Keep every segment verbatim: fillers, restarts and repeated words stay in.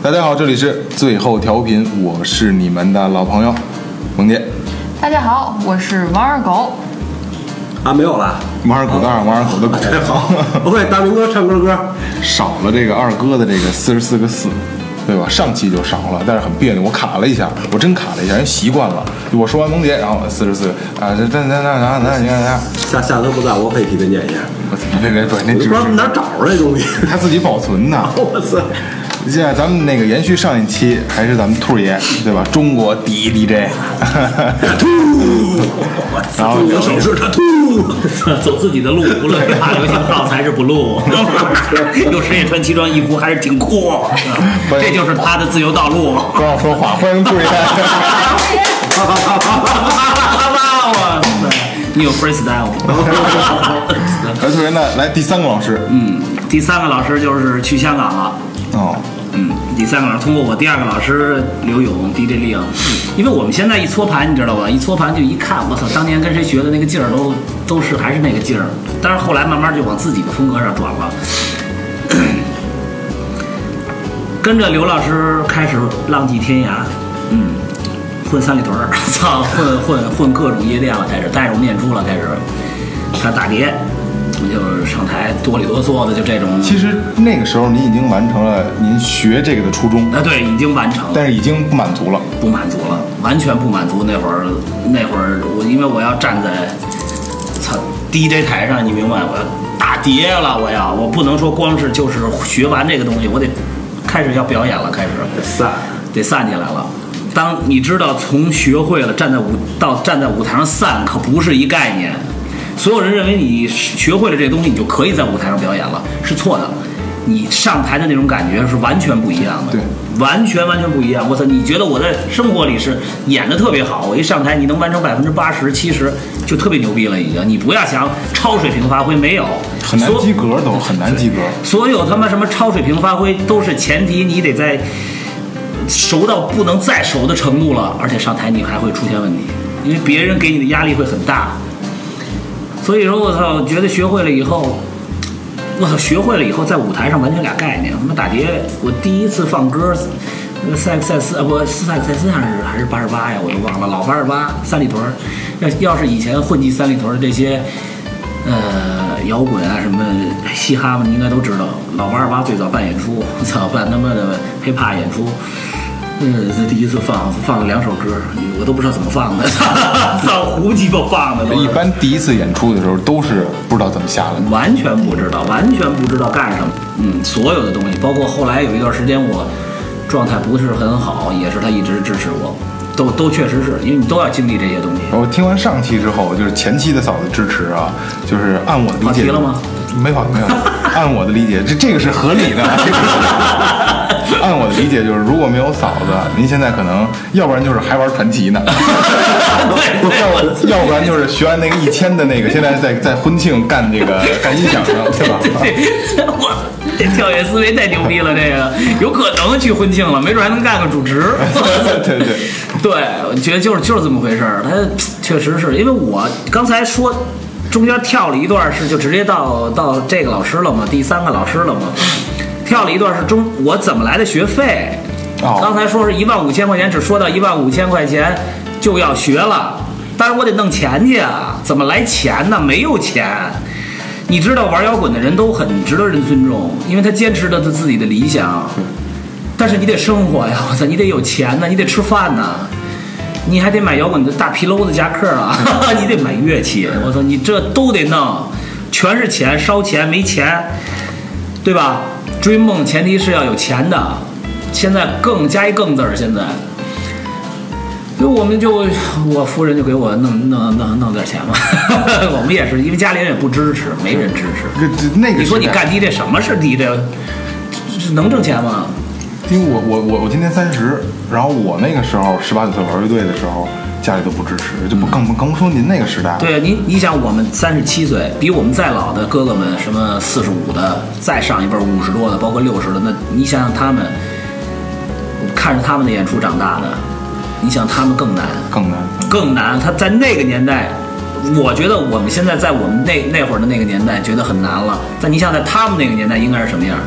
大家好，这里是最后调频，我是你们的老朋友萌姐。 大家好，我是王二狗。 啊，没有了。 王二狗的二，王二狗的狗。 好，我给大明哥唱歌歌。 少了这个二哥的这个四十四个四，对吧？上期就少了，但是很别扭，我卡了一下，我真卡了一下，人习惯了。我说完萌姐，然后四十四啊，这这这这这这这下下次不在，我可以替他念一下。 别别别，那不知道哪找着这东西， 他自己保存的。 我操！ 现在咱们那个延续上一期，还是咱们兔爷对吧？中国第一 D J， 兔， 然后有手势，他兔， 走自己的路，无论是怕流行号还是不录，有时也穿奇装异服，还是挺酷，这就是他的自由道路。 不让说话，欢迎兔爷。 哇塞，你有 freestyle。 来，兔爷呢？来第三个老师， 嗯，第三个老师就是去香港了。 哦， 嗯，第三个老师通过我第二个老师刘勇 D J 令，因为我们现在一搓盘，你知道吧？一搓盘就一看，我操，当年跟谁学的那个劲儿都都是还是那个劲儿，但是后来慢慢就往自己的风格上转了。跟着刘老师开始浪迹天涯，嗯，混三里屯儿，操，混混混各种夜店了，开始带着念珠了，开始他打碟。就是上台哆里哆嗦的，就这种。 其实那个时候您已经完成了您学这个的初衷。 啊，对，已经完成了， 但是已经不满足了， 不满足了，完全不满足。那会儿，那会儿我因为我要站在操 D J 台上，你明白？我要打碟了，我要，我不能说光是就是学完这个东西，我得开始要表演了，开始得散， 得散起来了。当你知道从学会了站在舞到站在舞台上散，可不是一概念。所有人认为你学会了这个东西，你就可以在舞台上表演了，是错的。你上台的那种感觉是完全不一样的， 对， 完全完全不一样。我操，你觉得我在生活里是演的特别好，我一上台你能完成百分之八十、七十，就特别牛逼了已经。你不要想超水平发挥，没有， 很难及格，都很难及格。 所有他妈什么超水平发挥都是前提，你得在熟到不能再熟的程度了，而且上台你还会出现问题，因为别人给你的压力会很大。所以说，我操，觉得学会了以后，我操，学会了以后，在舞台上完全俩概念。他妈打碟，我第一次放歌，塞塞斯啊不，斯塞塞斯还是还是八十八呀，我都忘了，老八十八，三里屯。要要是以前混迹三里屯的这些，呃，摇滚啊什么嘻哈嘛，你应该都知道。老八十八最早办演出，我操，办他妈的hiphop演出。嗯，这第一次放放了两首歌，我都不知道怎么放的，放胡鸡巴放的。 一般第一次演出的时候都是不知道怎么下来， 完全不知道，完全不知道干什么。嗯，所有的东西，包括后来有一段时间我状态不是很好，也是他一直支持我，都都确实是因为你都要经历这些东西。 我听完上期之后，就是前期的嫂子支持啊，就是按我的理解， 跑题了吗？ 没跑题，没有。按我的理解，这这个是合理的。按我的理解，就是如果没有嫂子，您现在可能要不然就是还玩传奇呢，要要不然就是学完那个一千的那个，现在在在婚庆干这个干音响呢，对吧？ 我这跳跃思维太牛逼了，这个有可能去婚庆了，没准还能干个主持。 对对对，我觉得就是就是这么回事儿。他确实是因为我刚才说。中间跳了一段是就直接到到这个老师了嘛，第三个老师了嘛，跳了一段是中我怎么来的学费， 哦， 刚才说是一万五千块钱，只说到一万五千块钱就要学了，但是我得弄钱去啊，怎么来钱呢？没有钱。你知道玩摇滚的人都很值得人尊重，因为他坚持的是自己的理想，但是你得生活呀，我操，你得有钱呢，你得吃饭呢。你还得买摇滚的大皮褛子夹克啊，你得买乐器，我操，你这都得弄，全是钱，烧钱没钱，对吧？追梦前提是要有钱的，现在更加一更字儿，现在，所以我们就我夫人就给我弄弄弄弄点钱嘛，我们也是因为家里人也不支持，没人支持。 这那个你说你干 D J 什么是 D J？ 能挣钱吗？ 因为我我我我今年三十，然后我那个时候十八九岁玩乐队的时候，家里都不支持，就不更不更说您那个时代。 对，你你想我们三十七岁，比我们再老的哥哥们，什么四十五的，再上一辈五十多的，包括六十的，那你想想他们，看着他们的演出长大的，你想他们更难， 更难， 更难。他在那个年代，我觉得我们现在在我们那那会儿的那个年代觉得很难了，但你想在他们那个年代应该是什么样？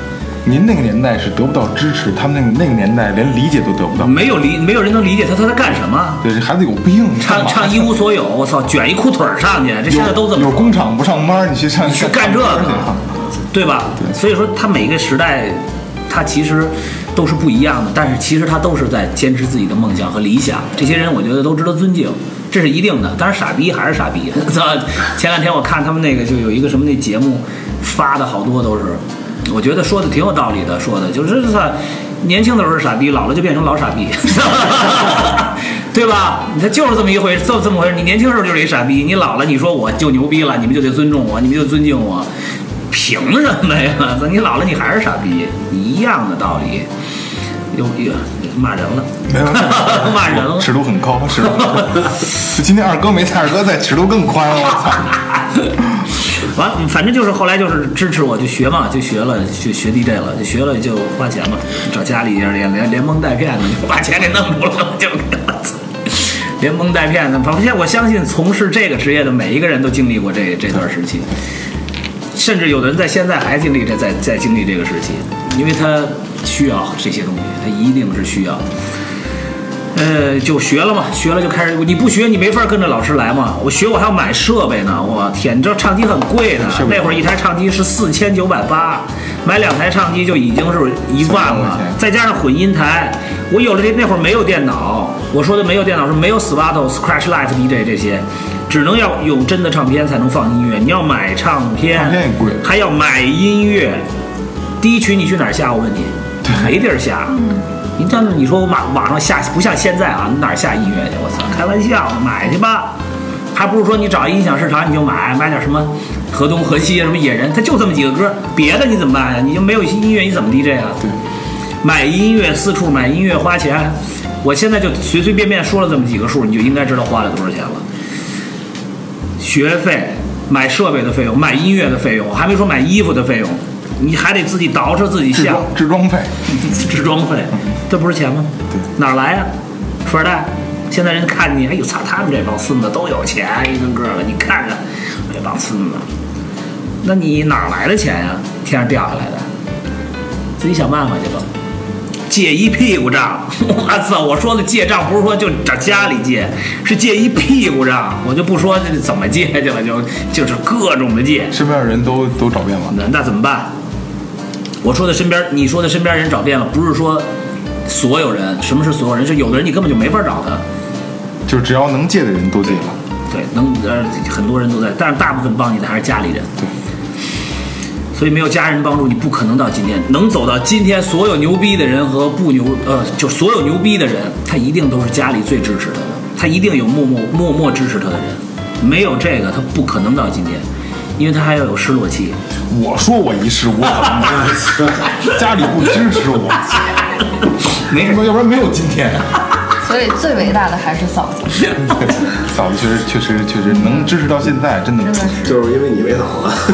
您那个年代是得不到支持，他们那个那个年代连理解都得不到， 没有理，没有人能理解他他在干什么。 对，这孩子有病， 唱唱一无所有，我操，卷一裤腿上去，这现在都这么有工厂不上班，你去上去干这个，对吧？ 对， 所以说他每个时代，他其实都是不一样的，但是其实他都是在坚持自己的梦想和理想。这些人我觉得都值得尊敬，这是一定的。当然傻逼还是傻逼。前两天我看他们那个就有一个什么那节目发的好多都是，我觉得说的挺有道理的，说的就是他年轻的时候是傻逼，老了就变成老傻逼。对吧？他就是这么一回，这这么回事。你年轻时候就是一傻逼，你老了，你说我就牛逼了，你们就得尊重我，你们就尊敬我，凭什么呀？你老了，你还是傻逼，一样的道理。又又骂人了， 没有骂人了， 尺度很高，尺度很高。就今天二哥没在，二哥在尺度更宽，我操！ 完，反正就是后来就是支持我，就学嘛，就学了，就学 D J 了，就学了就花钱嘛，找家里连连连蒙带骗的，就把钱给弄住了，就连蒙带骗的。而且我相信从事这个职业的每一个人都经历过这这段时期，甚至有的人在现在还经历这在在经历这个时期，因为他需要这些东西，他一定是需要。呃，就学了嘛，学了就开始。你不学，你没法跟着老师来嘛。我学，我还要买设备呢。我天，你知道唱机很贵的，那会儿一台唱机是四千九百八，买两台唱机就已经是一万了，再加上混音台。我有了这那会儿没有电脑，我说的没有电脑是没有 Serato、Scratch Light D J 这些，只能要用真的唱片才能放音乐。你要买唱片， 唱片也贵， 还要买音乐。第一曲你去哪儿下？我问你，没地儿下。你这样你说我网网上下不像现在啊，你哪儿下音乐去？我操，开玩笑，买去吧，还不如说你找音响市场你就买买点什么河东河西什么野人，他就这么几个歌，别的你怎么办呀？你就没有音乐你怎么 D J 啊？ 对， 买音乐四处买音乐花钱，我现在就随随便便说了这么几个数，你就应该知道花了多少钱了。学费、买设备的费用、买音乐的费用，还没说买衣服的费用。你还得自己捯饬自己像制装费， 制装费，这不是钱吗？ 对， 哪儿来呀、啊？富二代，现在人看你，哎呦操，他们这帮孙子都有钱，一个个的，你看着这帮孙子，那你哪儿来的钱呀？天上掉下来的，自己想办法去吧。借一屁股账，我操！我说的借账不是说就找家里借，是借一屁股账。我就不说怎么借去了，就就是各种的借。 身边的人都都找遍了， 那那怎么办？我说的身边，你说的身边人找遍了，不是说所有人。什么是所有人？是有的人你根本就没法找他， 就只要能借的人都借了。 对，能呃很多人都在，但是大部分帮你的还是家里人。 对， 所以没有家人帮助，你不可能到今天。能走到今天，所有牛逼的人和不牛呃，就所有牛逼的人，他一定都是家里最支持他的，他一定有默默默默支持他的人。没有这个，他不可能到今天。因为他还要有失落期。 我说我一失，我可能家里不支持我， 没什么， 要不然没有今天。 所以最伟大的还是嫂子。 嫂子确实确实确实能支持到现在，真的真的是， 就是因为你没嫂子。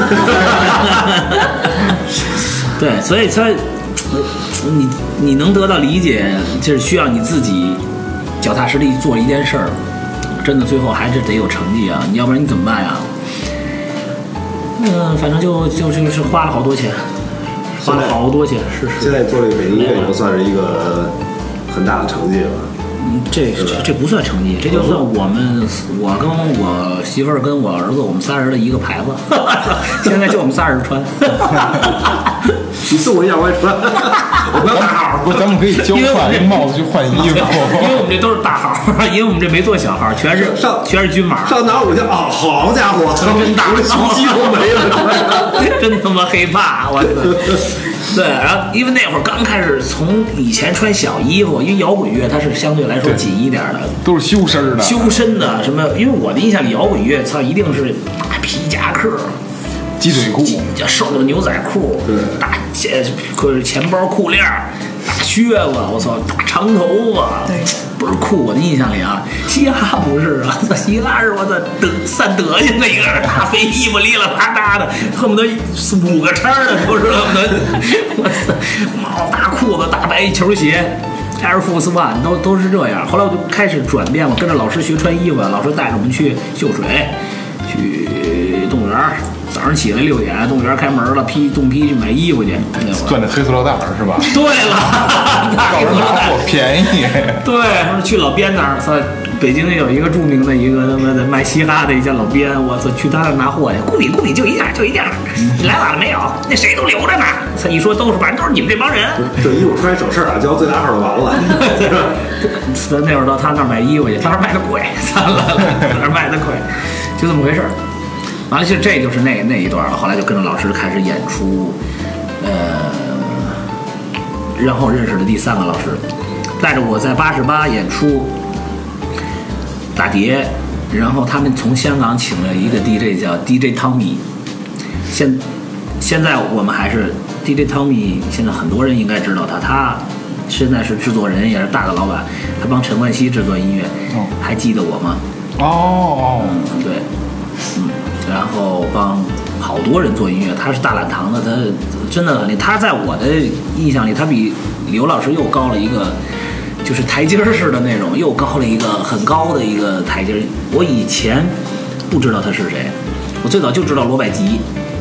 对，所以他，你你能得到理解，就是需要你自己脚踏实地做一件事儿。真的，最后还是得有成绩啊！你要不然你怎么办呀？嗯，反正就就就是花了好多钱，花了好多钱，是是。 现在做这个北京音乐已经算是一个很大的成绩了。 嗯，这这这不算成绩，这就算我们我跟我媳妇儿跟我儿子我们仨人的一个牌子，现在就我们仨人穿。 你送我一件我也穿，我不要大号。 不，咱们可以交换，用帽子去换衣服。 因为我们这都是大号，因为我们这没做小号，全是上全是军码。 上哪我就哦，好家伙， 真大， 胸肌都没了， 真他妈黑怕！我对，然后因为那会儿刚开始，从以前穿小衣服，因为摇滚乐它是相对来说紧一点的， 都是修身的， 修身的什么？因为我的印象里，摇滚乐操一定是大皮夹克。 鸡腿裤， 瘦的牛仔裤，大钱钱包裤链，大靴子，我操，大长头发， 对， 不是酷。我的印象里啊，嘻哈不是啊，嘻哈是我的德散德性的一个大肥衣服，哩啦啦哒的，恨不得五个叉的，不是恨不得，我操，毛大裤子，大白球鞋。Air Force One 都都是这样。后来我就开始转变了，跟着老师学穿衣服，老师带着我们去秀水，去动物园。 早上起来六点，动物园开门了，批冻批去买衣服去。那会儿攥着黑塑料袋儿是吧？ 对了， 告人拿货便宜。 对，说去老编那儿，说北京有一个著名的一个他妈的卖嘻哈的一家老编，我操，去他那儿拿货去，雇你雇你就一件就一件，你来晚了没有？那谁都留着呢。他一说都是，反正都是你们这帮人。 这衣服穿省事儿啊，交最大号就完了。 那会儿到他那儿买衣服去，他那儿卖的贵，算了，他那儿卖的贵，就这么回事儿。完了，其实这就是那那一段了。后来就跟着老师开始演出，呃，然后认识了第三个老师，带着我在八十八演出打碟，然后他们从香港请了一个 D J 叫 D J Tommy， 现现在我们还是 D J Tommy， 现在很多人应该知道他，他现在是制作人，也是大的老板，他帮陈冠希制作音乐， 哦、 还记得我吗？ 哦哦， 嗯，对，嗯，然后帮好多人做音乐，他是大懒堂的，他真的很厉害。他在我的印象里，他比刘老师又高了一个，就是台阶儿似的那种，又高了一个很高的一个台阶儿。我以前不知道他是谁，我最早就知道罗百吉，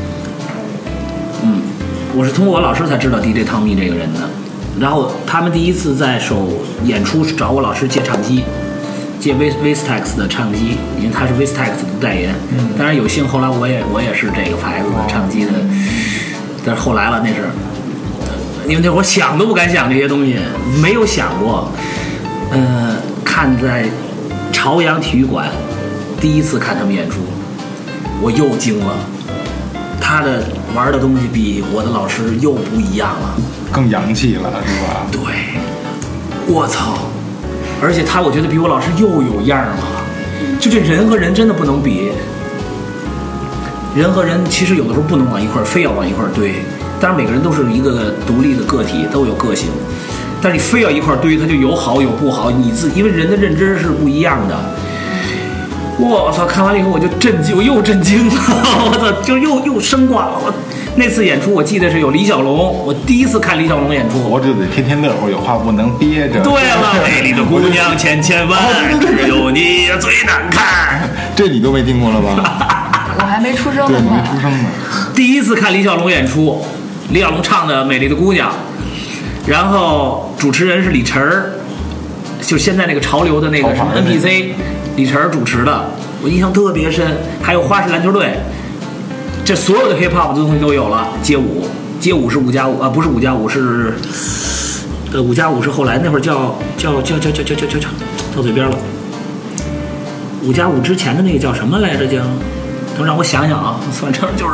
嗯，我是通过我老师才知道 D J Tommy 这个人的。然后他们第一次在首演出找我老师借唱机。借 Vistex 的唱机，因为他是 Vistex 的代言。嗯，当然有幸后来我也我也是这个牌子的唱机的，但是后来了那是，因为那会儿想都不敢想这些东西，没有想过。呃，看在朝阳体育馆第一次看他们演出，我又惊了，他的玩的东西比我的老师又不一样了， 更洋气了是吧？ 对，我操！而且他，我觉得比我老师又有样了，就这人和人真的不能比。人和人其实有的时候不能往一块儿，非要往一块儿堆。当然每个人都是一个独立的个体，都有个性。但是你非要一块儿堆，它就有好有不好。你自因为人的认知是不一样的。我操！看完了以后我就震惊，我又震惊了，我操！就又又升挂了。我那次演出我记得是有李小龙，我第一次看李小龙演出， 我就得天天乐呵，有话不能憋着。 对了，美丽的姑娘千千万，只有你最难看。 这你都没听过了吧？ 我还没出生呢。 对，你没出生呢。 第一次看李小龙演出，李小龙唱的《美丽的姑娘》，然后主持人是李晨儿，就现在那个潮流的那个什么 N P C， 李晨儿主持的，我印象特别深。还有花式篮球队。这所有的 hip hop 的东西都有了，街舞，街舞是五加五啊，不是五加五是，呃，五加五是后来那会儿叫叫叫叫叫叫叫叫叫到嘴边了。五加五之前的那个叫什么来着？叫，等让我想想啊，反正就是，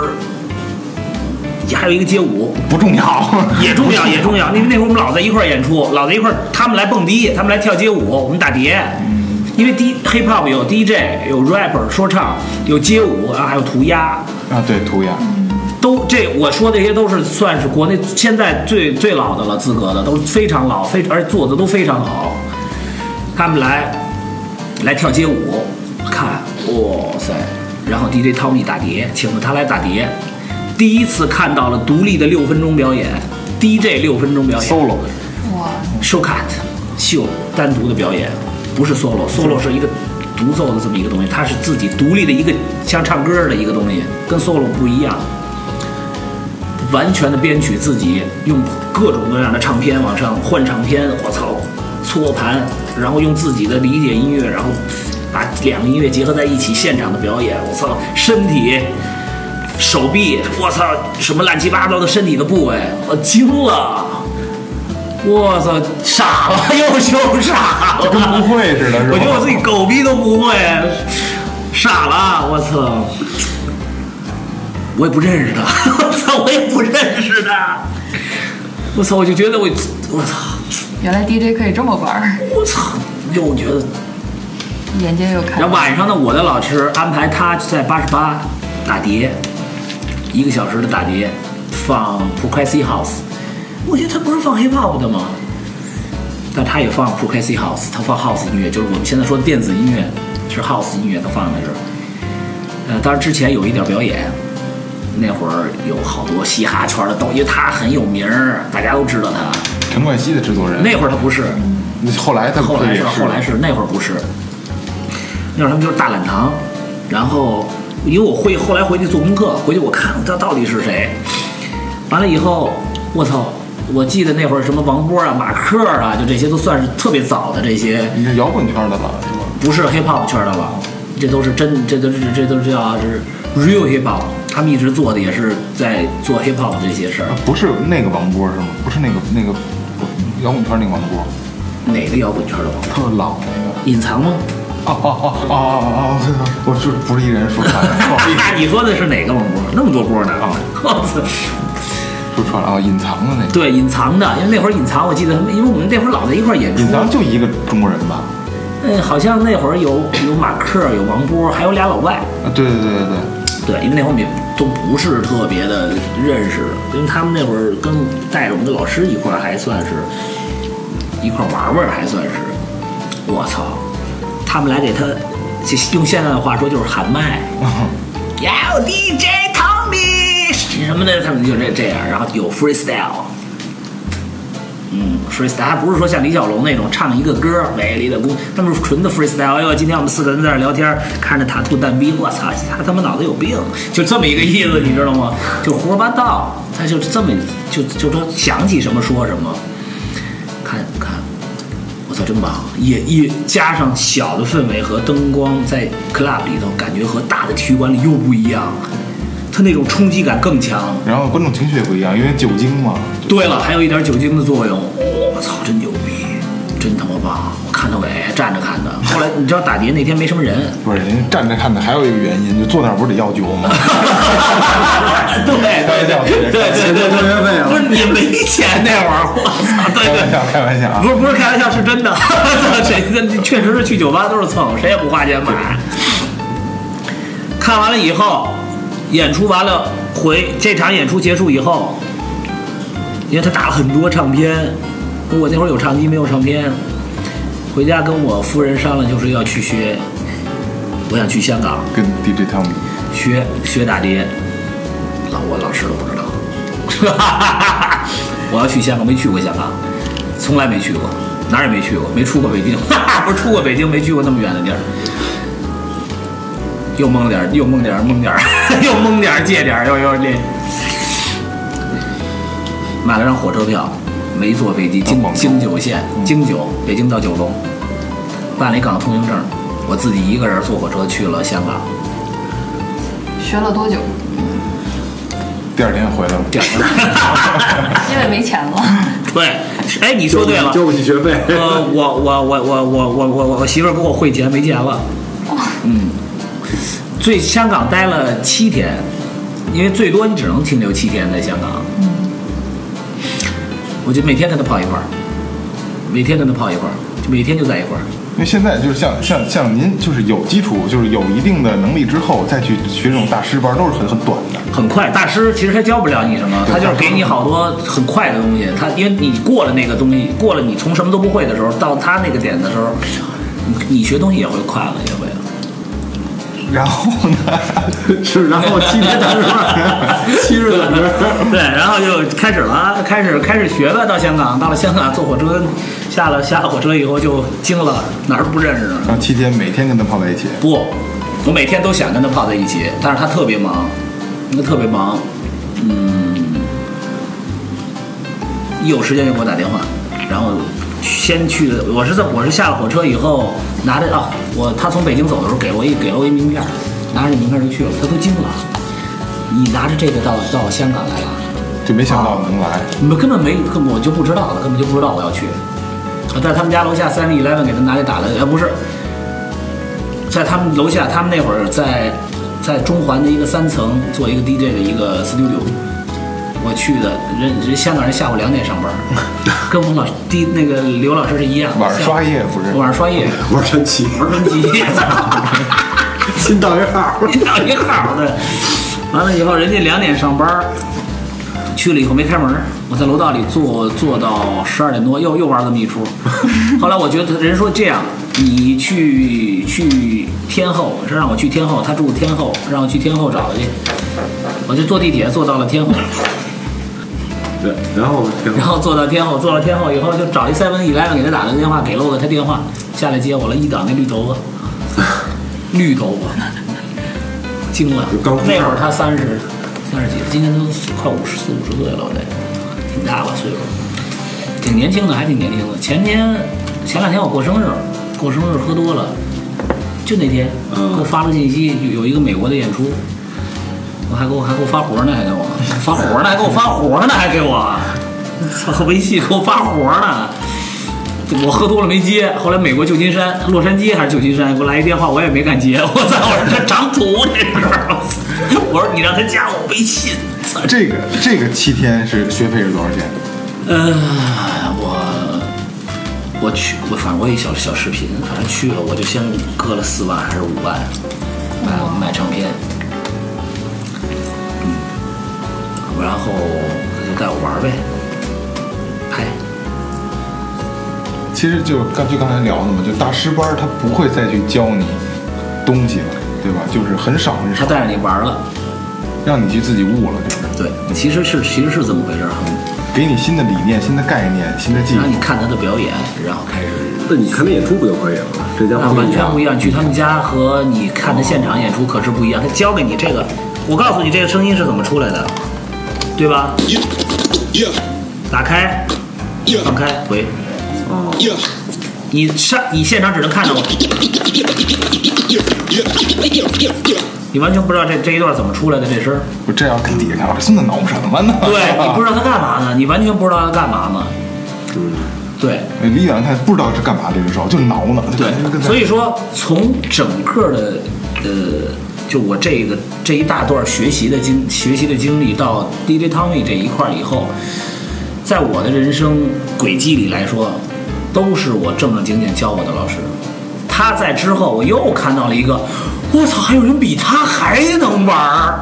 还有一个街舞， 不重要， 也重要也重要，因为那会儿我们老在一块儿演出，老在一块儿，他们来蹦迪，他们来跳街舞，我们打碟。因为 D hip hop 有 D J， 有 rapper 说唱，有街舞啊，还有涂鸦啊，对，涂鸦， 都这我说这些都是算是国内现在最最老的了，资格的都是非常老，非而且做的都非常好。他们来来跳街舞，看，哇塞！然后 D J Tommy 打碟，请了他来打碟，第一次看到了独立的六分钟表演 ，D J 六分钟表演 ，solo， 哇 ，show cut 秀单独的表演。不是 solo，solo 是一个独奏的这么一个东西，它是自己独立的一个像唱歌的一个东西，跟 solo 不一样。完全的编曲自己用各种各样的唱片往上换唱片，我操，搓盘，然后用自己的理解音乐，然后把两个音乐结合在一起，现场的表演，我操，身体、手臂，我操，什么乱七八糟的身体的部位，我惊了。我操，傻了，又羞傻了， 就跟不会似的，是吧？ 我觉得我自己狗逼都不会，傻了，我操！我也不认识他，我操，我也不认识他，我操，我就觉得我，我操， 原来 D J 可以这么玩， 我操，又觉得眼界又开。 然后晚上呢，我的老师安排他在八十八打碟，一个小时的打碟，放 Progressive House。我觉得他不是放 hip hop 的吗？但他也放 Progressive House， 他放 house 音乐，就是我们现在说的电子音乐，是 house 音乐，他放的是。呃，当然之前有一点表演，那会儿有好多嘻哈圈的都，因为他很有名儿，大家都知道他。 陈冠希的制作人。 那会儿他不是， 后来他后来是是后来是那会儿不是，那会儿他们就是大懒堂，然后因为我会后来回去做功课，回去我看他到底是谁。完了以后，我操！我记得那会儿什么王波啊、马克啊，就这些都算是特别早的这些。 你是摇滚圈的了是吧？ 不是 hip hop 圈的了，这都是真，这都是这都是叫是 real hip hop。他们一直做的也是在做 hip hop 这些事儿。 不是那个王波是吗？不是那个那个摇滚圈那个王波。 哪个摇滚圈的王波？ 特老那个。 隐藏吗？ 哦哦哦哦哦哦！我就不是一人说错了，不好意思。 你说的是哪个王波？那么多波呢？啊！我操！ 说错了啊！隐藏的那个。 对，隐藏的，因为那会儿隐藏，我记得他们，因为我们那会儿老在一块儿演出。 隐藏就一个中国人吧？ 嗯，好像那会儿有有马克，有王波，还有俩老外。 啊，对对对对对。 对，因为那会儿我们也都不是特别的认识，因为他们那会儿跟带着我们的老师一块儿，还算是一块儿玩玩，还算是。我操！他们来给他，用现在的话说就是喊麦。要 D J Tommy 什么的，他们就这这样，然后有 freestyle， 嗯 freestyle 还不是说像李小龙那种唱一个歌美丽的姑，他们是纯的 freestyle。哎呦，今天我们四个人在这聊天，看着塔兔蛋逼，我操，他他妈脑子有病，就这么一个意思，你知道吗？就胡说八道，他就这么就就说想起什么说什么，看看。我操，真棒！也也加上小的氛围和灯光，在 club 里头，感觉和大的体育馆里又不一样，它那种冲击感更强。 然后观众情绪也不一样，因为酒精嘛。 对了，还有一点酒精的作用。我操，真牛逼，真他妈棒！我看到尾站着看的。后来你知道打碟那天没什么人， 不是人家站着看的，还有一个原因，就坐那儿不是得要酒吗？ 对对对对对对对，不是你没钱那会儿，我操！对对， 开玩笑， 不是不是开玩笑，是真的。谁确实是去酒吧都是蹭，谁也不花钱买。看完了以后，演出完了回这场演出结束以后，因为他打了很多唱片，我那会儿有唱机没有唱片，回家跟我夫人商量，就是要去学，我想去香港跟 D J Tommy 学学打碟。老我老师都不知道，我要去香港，没去过香港，从来没去过，哪儿也没去过，没出过北京，不是出过北京，没去过那么远的地儿，又蒙点，又蒙点，蒙点，又蒙点，借点，又又这，买了张火车票，没坐飞机，京京九线，京九，北京到九龙，办了一港通行证，我自己一个人坐火车去了香港。 学了多久？ 第二天回来了， 第二天， 因为没钱了。 对，哎，你说对了， 交不起学费。 呃，我我我我我我我我我媳妇儿给我汇钱，没钱了。嗯，最香港待了七天，因为最多你只能停留七天在香港。嗯，我就每天跟他泡一块儿，每天跟他泡一块儿，就每天就在一块儿。 因为现在就是像像像您就是有基础，就是有一定的能力之后再去学这种大师班，都是很很短的。 很快，大师其实他教不了你什么，他就是给你好多很快的东西。他因为你过了那个东西，过了你从什么都不会的时候，到他那个点的时候，你你学东西也会快了，也会了。 然后呢？ 是，然后七天单车，七日单车， 对，然后就开始了，开始开始学了。到香港，到了香港坐火车，下了下了火车以后就惊了，哪儿不认识呢？ 然后七天每天跟他泡在一起。 不，我每天都想跟他泡在一起，但是他特别忙，他特别忙，嗯，一有时间就给我打电话，然后先去的，我是在我是下了火车以后拿着啊，我他从北京走的时候给了我一给了我一名片，拿着名片就去了，他都惊了，你拿着这个到到香港来了， 就没想到能来， 你们根本没根本我就不知道了，根本就不知道我要去，在他们家楼下三 eleven 给他拿去打了，哎不是，在他们楼下，他们那会儿在在中环的一个三层做一个 D J 的一个 studio。我去的人，人香港人下午两点上班，跟我们老第那个刘老师是一样。 晚上刷夜不是？ 晚上刷夜， 玩传奇， 玩传奇， 新到一号， 新到一号的。完了以后，人家两点上班，去了以后没开门，我在楼道里坐坐到十二点多，又又玩这么一出。后来我觉得人说这样，你去去天后，是让我去天后，他住天后，让我去天后找他去，我就坐地铁坐到了天后。 对，然后然后坐到天后，坐到天后以后就找一 seven eleven 给他打了个电话，给了我他电话，下来接我了，一档那绿头发，绿头发， 惊了就刚。出那会儿他三十三十几，今年都快五十四五十岁了，我得挺大了岁数，挺年轻的，还挺年轻的。前天前两天我过生日，过生日喝多了，就那天给我发了信息，有有一个美国的演出，我还给我还给我发活呢，还给我发活呢，还给我发活呢，还给我，操，微信给我发活呢。我喝多了没接，后来美国旧金山、洛杉矶还是旧金山给我来一电话，我也没敢接。我操！我说这长途这是，我说你让他加我微信。 这个这个七天是学费是多少钱？ 呃，我我去，我反正我有一小小视频，反正去了我就先搁了四万还是五万，买买唱片，嗯，然后他就带我玩呗，拍。 其实就刚就刚才聊的嘛，就大师班他不会再去教你东西了，对吧？就是很少很少， 他带着你玩了， 让你去自己悟了，就是对，其实是其实是这么回事儿， 给你新的理念、新的概念、新的技术。 让你看他的表演，然后开始。 那你看那演出不就可以了吗？这家那完全不一样。 样，去他们家和你看的现场演出可是不一样。他教给你这个，我告诉你这个声音是怎么出来的，对吧？打开，放开，回。 哦。 你上你现场只能看到我，你完全不知道这这一段怎么出来的这声。 我这要跟底下看，这孙子挠什么呢？ 对你不知道他干嘛呢，你完全不知道他干嘛呢。 嗯。 对。 离远看不知道是干嘛，这个时候就挠呢。 对。所以说，从整个的呃，就我这个这一大段学习的经学习的经历到 D J Tommy 这一块以后，在我的人生轨迹里来说，都是我正正经经教我的老师。他在之后，我又看到了一个，我操，还有人比他还能玩儿。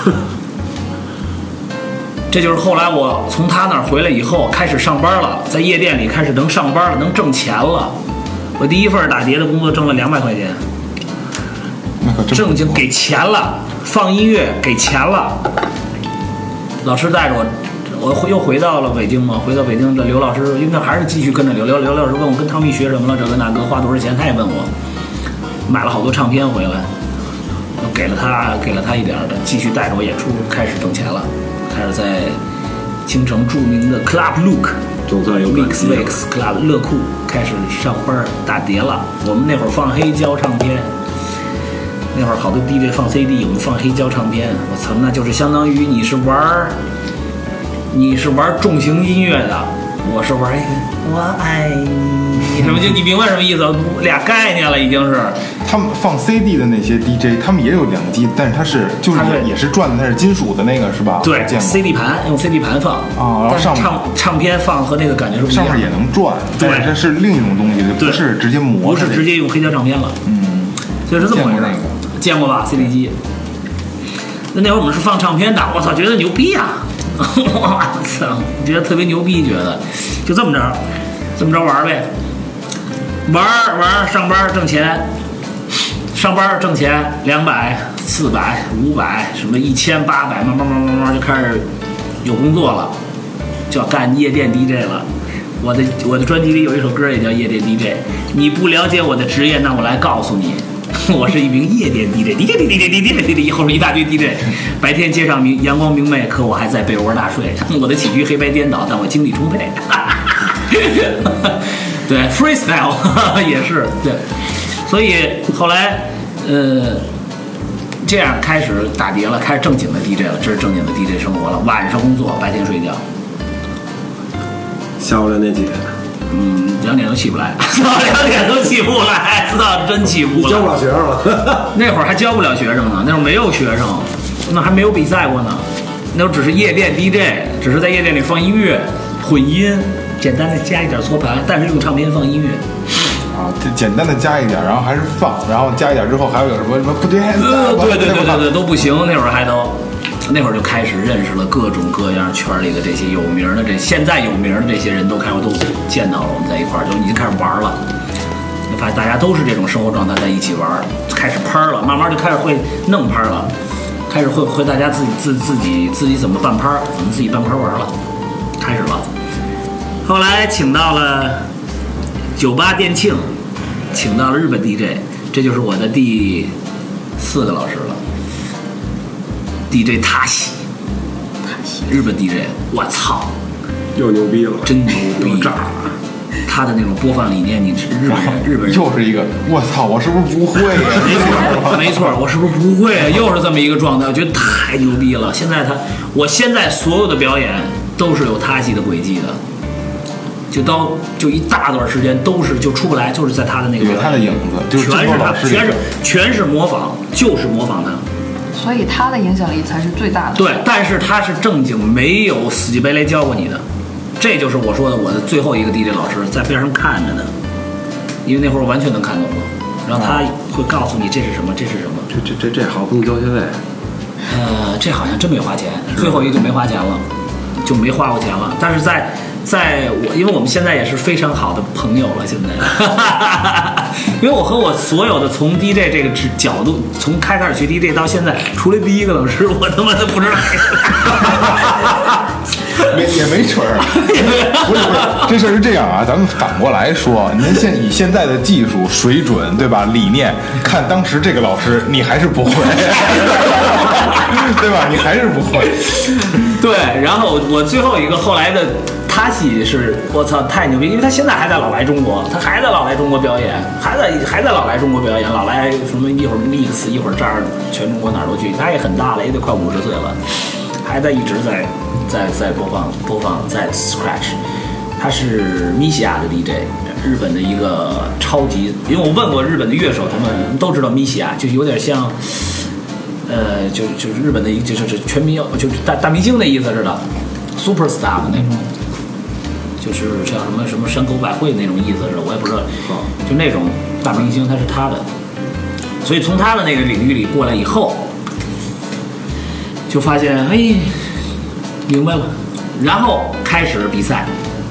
这就是后来我从他那儿回来以后，开始上班了，在夜店里开始能上班了，能挣钱了。我第一份打碟的工作挣了两百块钱，正经给钱了，放音乐给钱了。老师带着我。我又回到了北京嘛，回到北京，这刘老师应该还是继续跟着刘刘刘老师问我跟汤米学什么了，这个那个花多少钱，他也问我，买了好多唱片回来，给了他给了他一点的，继续带着我演出，开始挣钱了，开始在京城著名的 Club Look 总算有 Mix Mix Club 乐库开始上班打碟了。我们那会儿放黑胶唱片，那会儿好多 D J 放 C D， 我们放黑胶唱片，我操，那就是相当于你是玩。你是玩重型音乐的，我是玩我爱你什么，就你明白什么意思？俩概念了已经是。 他们放 C D 的那些 D J， 他们也有两机，但是它是就是也也是转的，它是金属的那个是吧？ 对 ，C D 盘用 C D 盘放啊，然后上唱唱片放和那个感觉是不一样的。 上面也能转， 对， 这是另一种东西，不是直接磨， 不是直接用黑胶唱片了。 嗯， 所以是这么回事。 见过那个， 见过吧 ？C D 机。那那会儿我们是放唱片的，我操，觉得牛逼啊！我操，觉得特别牛逼，觉得就这么着，这么着玩呗，玩玩上班挣钱，上班挣钱，两百、四百、五百，什么一千、八百，慢慢慢慢慢慢就开始有工作了，就要干夜店 D J 了。我的我的专辑里有一首歌也叫夜店 D J， 你不了解我的职业，那我来告诉你。我是一名夜店 D J，D J D J D J D J D J， 后面一大堆 D J， 白天街上明阳光明媚，可我还在被窝大睡。我的起居黑白颠倒，但我精力充沛。对 ，freestyle 也是对，所以后来呃这样开始打碟了，开始正经的 D J 了，这是正经的 D J 生活了。晚上工作，白天睡觉。 下午两点起。 嗯，两点都起不来，两点都起不来，操，真起不来。 教不了学生了， 那会儿还教不了学生呢，那会儿没有学生，那还没有比赛过呢，那会儿只是夜店 D J， 只是在夜店里放音乐、混音，简单的加一点搓盘，但是用唱片放音乐。 啊，简单的加一点，然后还是放，然后加一点之后还有什么什么不对， 呃，对对对对对，都不行，那会儿还都。那会儿就开始认识了各种各样圈里的这些有名的这现在有名的这些人都开始都见到了，我们在一块儿就已经开始玩了。你发现大家都是这种生活状态，在一起玩，开始拍了，慢慢就开始会弄拍了，开始会会大家自己自自己自己怎么办拍，我们自己办拍玩了，开始了。后来请到了酒吧店庆，请到了日本 D J， 这就是我的第四个老师了。 D J 塔喜，日本 D J， 我操， 又牛逼了， 真牛逼， 炸！ 他的那种播放理念，你日本人日本人又是一个，我操，我是不是不会呀、 啊？没错，我是不是不会、啊？又是这么一个状态，我觉得太牛逼了。现在他，我现在所有的表演都是有他戏的轨迹的，就到就一大段时间都是就出不来，就是在他的那个有他的影子，就是全是他，全是全是模仿，就是模仿他。 所以他的影响力才是最大的。 对，但是他是正经没有死记白赖教过你的。这就是我说的，我的最后一个 D J 老师在边上看着的，因为那会儿我完全能看懂了，然后他会告诉你这是什么，这是什么。 这这这这好不能交学费。 呃，这好像真没花钱，最后一个就没花钱了，就没花过钱了。但是在在我，因为我们现在也是非常好的朋友了，现在，因为我和我所有的从 D J 这个角度，从开开始学 D J 到现在，除了第一个老师，我他妈的不知道。 没也没准儿，不是不是，这事儿是这样啊，咱们反过来说，您现以现在的技术水准，对吧？理念看当时这个老师，你还是不会，对吧？你还是不会。 对，然后我最后一个后来的他戏是，我操，太牛逼，因为他现在还在老来中国，他还在老来中国表演，还在还在老来中国表演，老来什么一会儿 mix， 一会儿这儿全中国哪儿都去，他也很大了，也得快五十岁了，还在一直在。在在播放播放在 scratch， 他是米西亚的 D J， 日本的一个超级，因为我问过日本的乐手，他们都知道米西亚，就是有点像，呃，就就是日本的一就是全民就是大大明星的意思似的 ，super star 的那种，就是像什么什么山口百惠那种意思似的，我也不知道，就那种大明星他是他的，所以从他的那个领域里过来以后，就发现哎。明白了，然后开始比赛，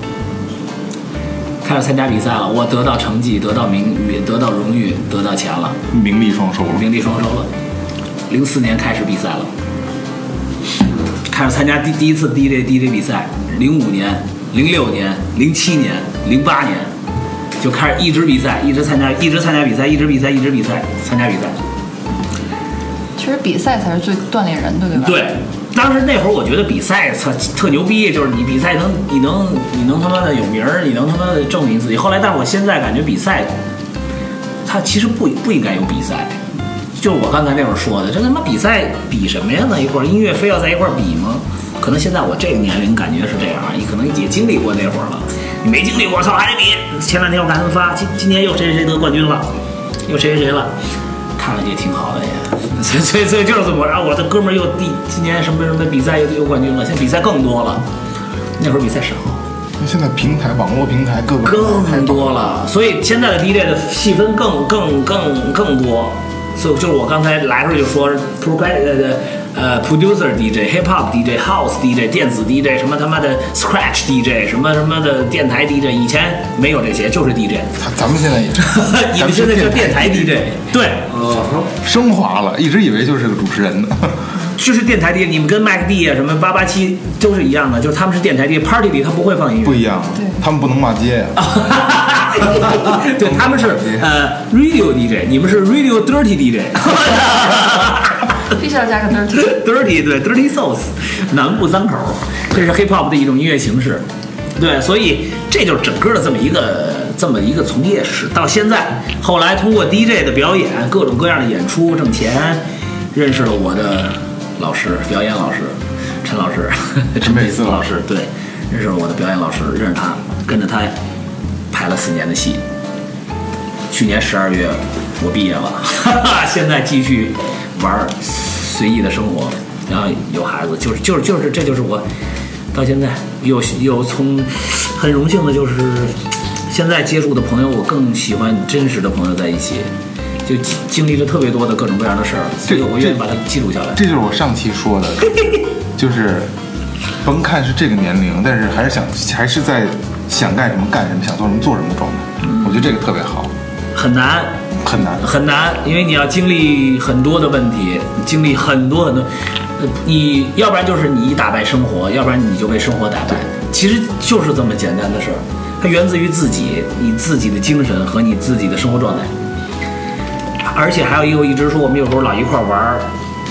开始参加比赛了。我得到成绩，得到名誉，得到荣誉，得到钱了， 名利双收了， 名利双收了。零四年开始比赛了，开始参加第第一次 D J D J 比赛。零五年、零六年、零七年、零八年就开始一直比赛，一直参加，一直参加比赛，一直比赛，一直比赛，参加比赛。 其实比赛才是最锻炼人的，对吧？ 对。当时那会儿，我觉得比赛特特牛逼，就是你比赛能，你能，你能他妈的有名儿，你能他妈的证明自己。后来，但是我现在感觉比赛，它其实不不应该有比赛，就是我刚才那会儿说的，这他妈比赛比什么呀？那一块儿音乐非要在一块儿比吗？可能现在我这个年龄感觉是这样啊，你可能也经历过那会儿了，你没经历过，操还得比。前两天我看他们发，今今年又谁谁谁得冠军了，又谁谁谁了。看了也挺好的也，所以所以所以就是这么，然后我的哥们儿又第今年什么什么比赛又又冠军了，现在比赛更多了，那会儿比赛少。 现在平台网络平台各个更多了，所以现在的 D J 的细分更更更更多。所以就是我刚才来的时候就说 ，progressive 呃 producer D J、hip hop D J、house D J、电子 D J， 什么他妈的 scratch D J， 什么什么的电台 D J， 以前没有这些，就是 D J。 咱们现在也， 你们现在是电台 D J， 对， 哦， 升华了，一直以为就是个主持人呢。 就是电台 D J， 你们跟麦克 D 啊什么八八七都是一样的，就是他们是电台 D J，party 里他不会放音乐， 不一样，他们不能骂街呀、啊。 对，他们是呃 radio D J， 你们是 radio dirty D J。 必须要加个 dirty dirty 对 dirty sauce， 南部脏口，这是 hip hop 的一种音乐形式。对，所以这就是整个的这么一个这么一个从业史。到现在，后来通过 D J 的表演，各种各样的演出挣钱，认识了我的老师，表演老师陈老师，陈佩斯老师，对，认识了我的表演老师，认识他，跟着他拍了四年的戏。去年十二月我毕业了，哈哈，现在继续玩随意的生活，然后有孩子，就是就是就是这就是我到现在有有从很荣幸的就是现在接触的朋友，我更喜欢真实的朋友在一起，就经历了特别多的各种各样的事儿，所以我愿意把它记录下来。 这就是我上期说的，就是甭看是这个年龄，但是还是想还是在想干什么干什么，想做什么做什么的状态。嗯、我觉得这个特别好。 很难， 很难， 很难，因为你要经历很多的问题，经历很多很多，你要不然就是你以打败生活，要不然你就被生活打败。其实就是这么简单的事儿，它源自于自己，你自己的精神和你自己的生活状态。而且还有一个，我一直说，我们有时候老一块玩儿，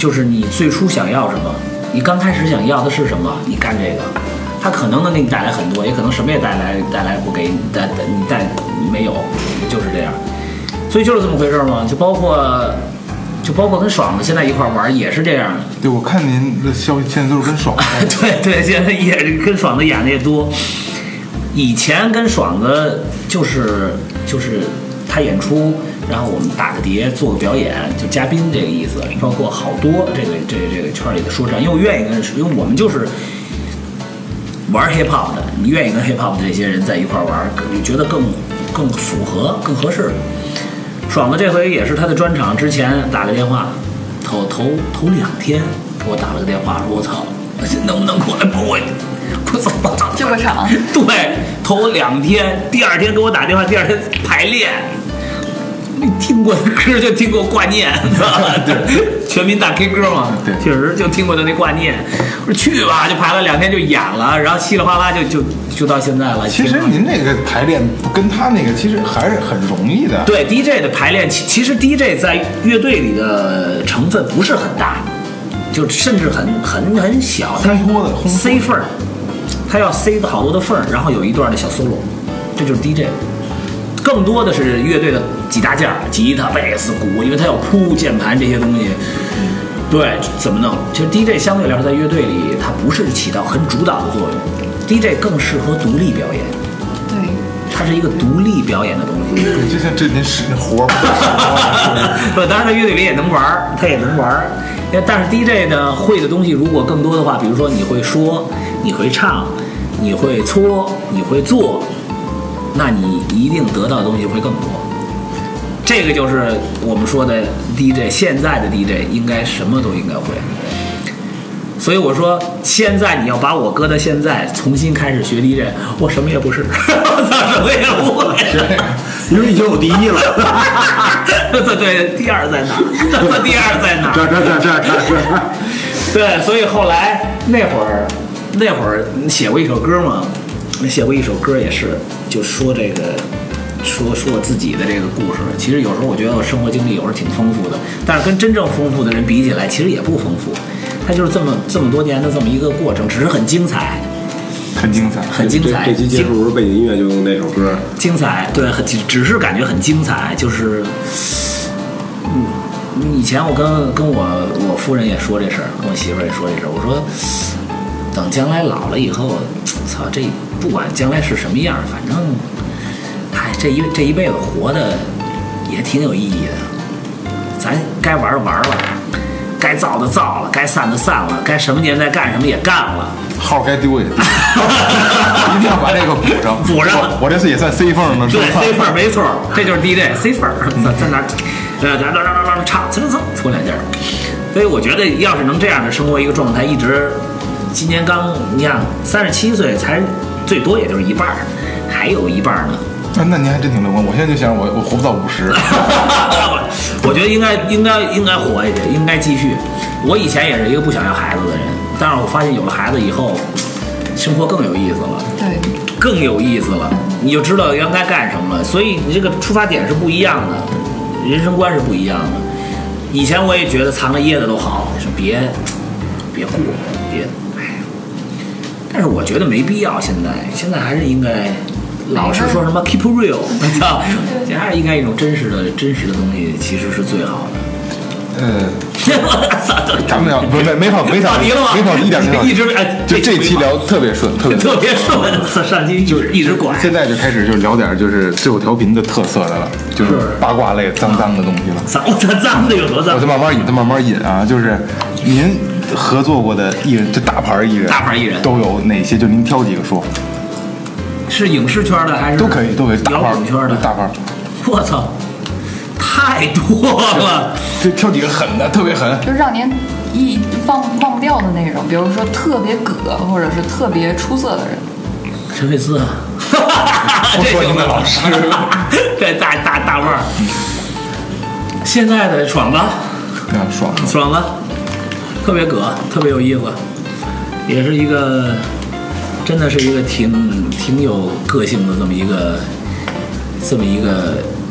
就是你最初想要什么，你刚开始想要的是什么，你干这个，它可能能给你带来很多，也可能什么也带来带来不给你带你带你没有，就是这样。所以就是这么回事嘛，就包括就包括跟爽子现在一块玩也是这样。 对，我看您的消息现在都是跟爽子。 对对，现在也是跟爽子演的也多。以前跟爽子就是就是他演出，然后我们打个碟做个表演，就嘉宾这个意思。包括好多这个这个、这个圈里的说唱，因为我愿意跟，因为我们就是玩 hip hop 的，你愿意跟 hip hop 的这些人在一块玩，你觉得更更符合更合适。爽子这回也是他的专场之前打个电话，头头头两天给我打了个电话，说我操，能不能过来帮我？我操我操！ 救个场。 对，头两天，第二天给我打电话，第二天排练。你听过的歌就听过挂念，对，全民大 K 歌嘛， 对， 确实就听过的那挂念。我说去吧，就排了两天就演了，然后稀里哗啦就就就到现在了。 其实您这个排练跟他那个其实还是很容易的。 对 D J 的排练，其其实 D J 在乐队里的成分不是很大，就甚至很很很小，它塞缝儿，他要塞的好多的缝儿，然后有一段的小 solo， 这就是 D J。更多的是乐队的几大件儿，吉他、贝斯、鼓，因为它要铺键盘这些东西。对，怎么弄？其实 D J 相对来说在乐队里，它不是起到很主导的作用 ，D J 更适合独立表演。 对， 它是一个独立表演的东西。 就像这您使那活儿， 不，当然在乐队里也能玩，他也能玩。但是 D J 呢，会的东西如果更多的话，比如说你会说，你会唱，你会搓，你会做。那你一定得到的东西会更多，这个就是我们说的 D J， 现在的 D J 应该什么都应该会。所以我说，现在你要把我搁到现在重新开始学 D J， 我什么也不是，我操，什么也不会。 因为已经有第一了。 对对，第二在哪？第二在哪？ 这这这这这这。 对，所以后来那会儿，那会儿写过一首歌嘛。写过一首歌也是，就说这个，说说我自己的这个故事。其实有时候我觉得我生活经历有时候挺丰富的，但是跟真正丰富的人比起来，其实也不丰富。它就是这么这么多年的这么一个过程，只是很精彩， 很精彩， 很精彩。 这期结束时候背景音乐就用那首歌。 精彩，对，很只是感觉很精彩，就是，嗯，以前我跟跟我我夫人也说这事儿，跟我媳妇儿也说这事儿，我说。等将来老了以后，操，这不管将来是什么样，反正，嗨，这一这一辈子活的也挺有意义的。咱该玩的玩了，该造的造了，该散的散了，该什么年代干什么也干了。 号该丢也丢，一定要把这个补上。 补上， 我这次也算 C 缝呢，是吧？ 对 ，C 缝没错，这就是 D J C 缝，在在哪？呃，在那那那唱，蹭蹭搓两下。所以我觉得，要是能这样的生活一个状态，一直。今年刚，你看三十七岁，才最多也就是一半儿，还有一半呢。 那那您还真挺乐观。我现在就想我，我活不到五十。 我觉得应该应该应该活下去，应该继续。我以前也是一个不想要孩子的人，但是我发现有了孩子以后，生活更有意思了。 对， 更有意思了，你就知道应该干什么了。所以你这个出发点是不一样的，人生观是不一样的。以前我也觉得藏着掖着都好，说别别过，别。但是我觉得没必要，现在现在还是应该老是说什么 keep real， 我操，这还是应该一种真实的真实的东西，其实是最好的。 呃，咱们聊不是没没跑没跑题了吗？ 没跑一点没跑， 一直哎， 就这期聊特别顺，特别特别顺，上期就一直拐。 现在就开始就聊点就是最后调频的特色的了，就是八卦类脏脏的东西了。 脏脏脏的有多脏？ 我就慢慢引，再慢慢引啊，就是您。合作过的艺人，就大牌艺人， 大牌艺人都有哪些？就您挑几个说。 是影视圈的还是都可以，都可以。 摇滚圈的大牌。 我操，太多了！ 就挑几个狠的，特别狠， 就让您一忘忘不掉的那种，比如说特别葛，或者是特别出色的人。 陈佩斯啊， 不说您的老师， 这大大大腕儿。现在的爽子， 啊，爽子， 爽子。特别葛，特别有意思，也是一个，真的是一个挺挺有个性的这么一个，这么一个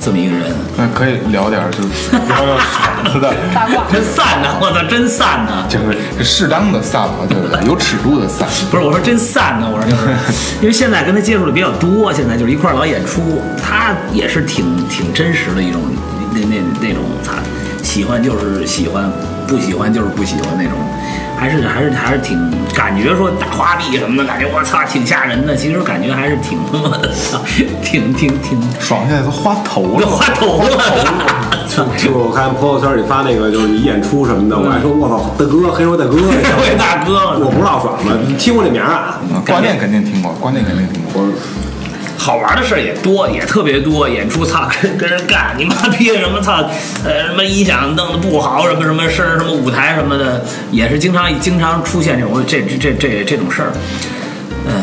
这么一个人。 那可以聊点就是聊聊场子的八卦。 真散呢，我操，真散呢。 就是适当的散嘛，对不对？有尺度的散。 不是，我说真散呢，我说就是因为现在跟他接触的比较多，现在就是一块儿老演出，他也是挺挺真实的一种那那那种，他喜欢就是喜欢，不喜欢就是不喜欢那种。还是还是还是挺感觉说大花臂什么的，感觉我操挺吓人的。其实感觉还是挺他妈的，挺挺挺爽，现在都花头了， 花头了。 就是我看朋友圈里发那个，就是你演出什么的，我还说我操，大哥，黑手大哥， 黑手大哥， 我不知道爽吗？你听过这名啊？ 挂念肯定听过，挂念肯定听过。 好玩的事儿也多，也特别多。演出操跟跟人干，你妈逼什么操，呃什么音响弄得不好，什么什么声，什么舞台什么的，也是经常经常出现这种这这这这这种事儿。呃，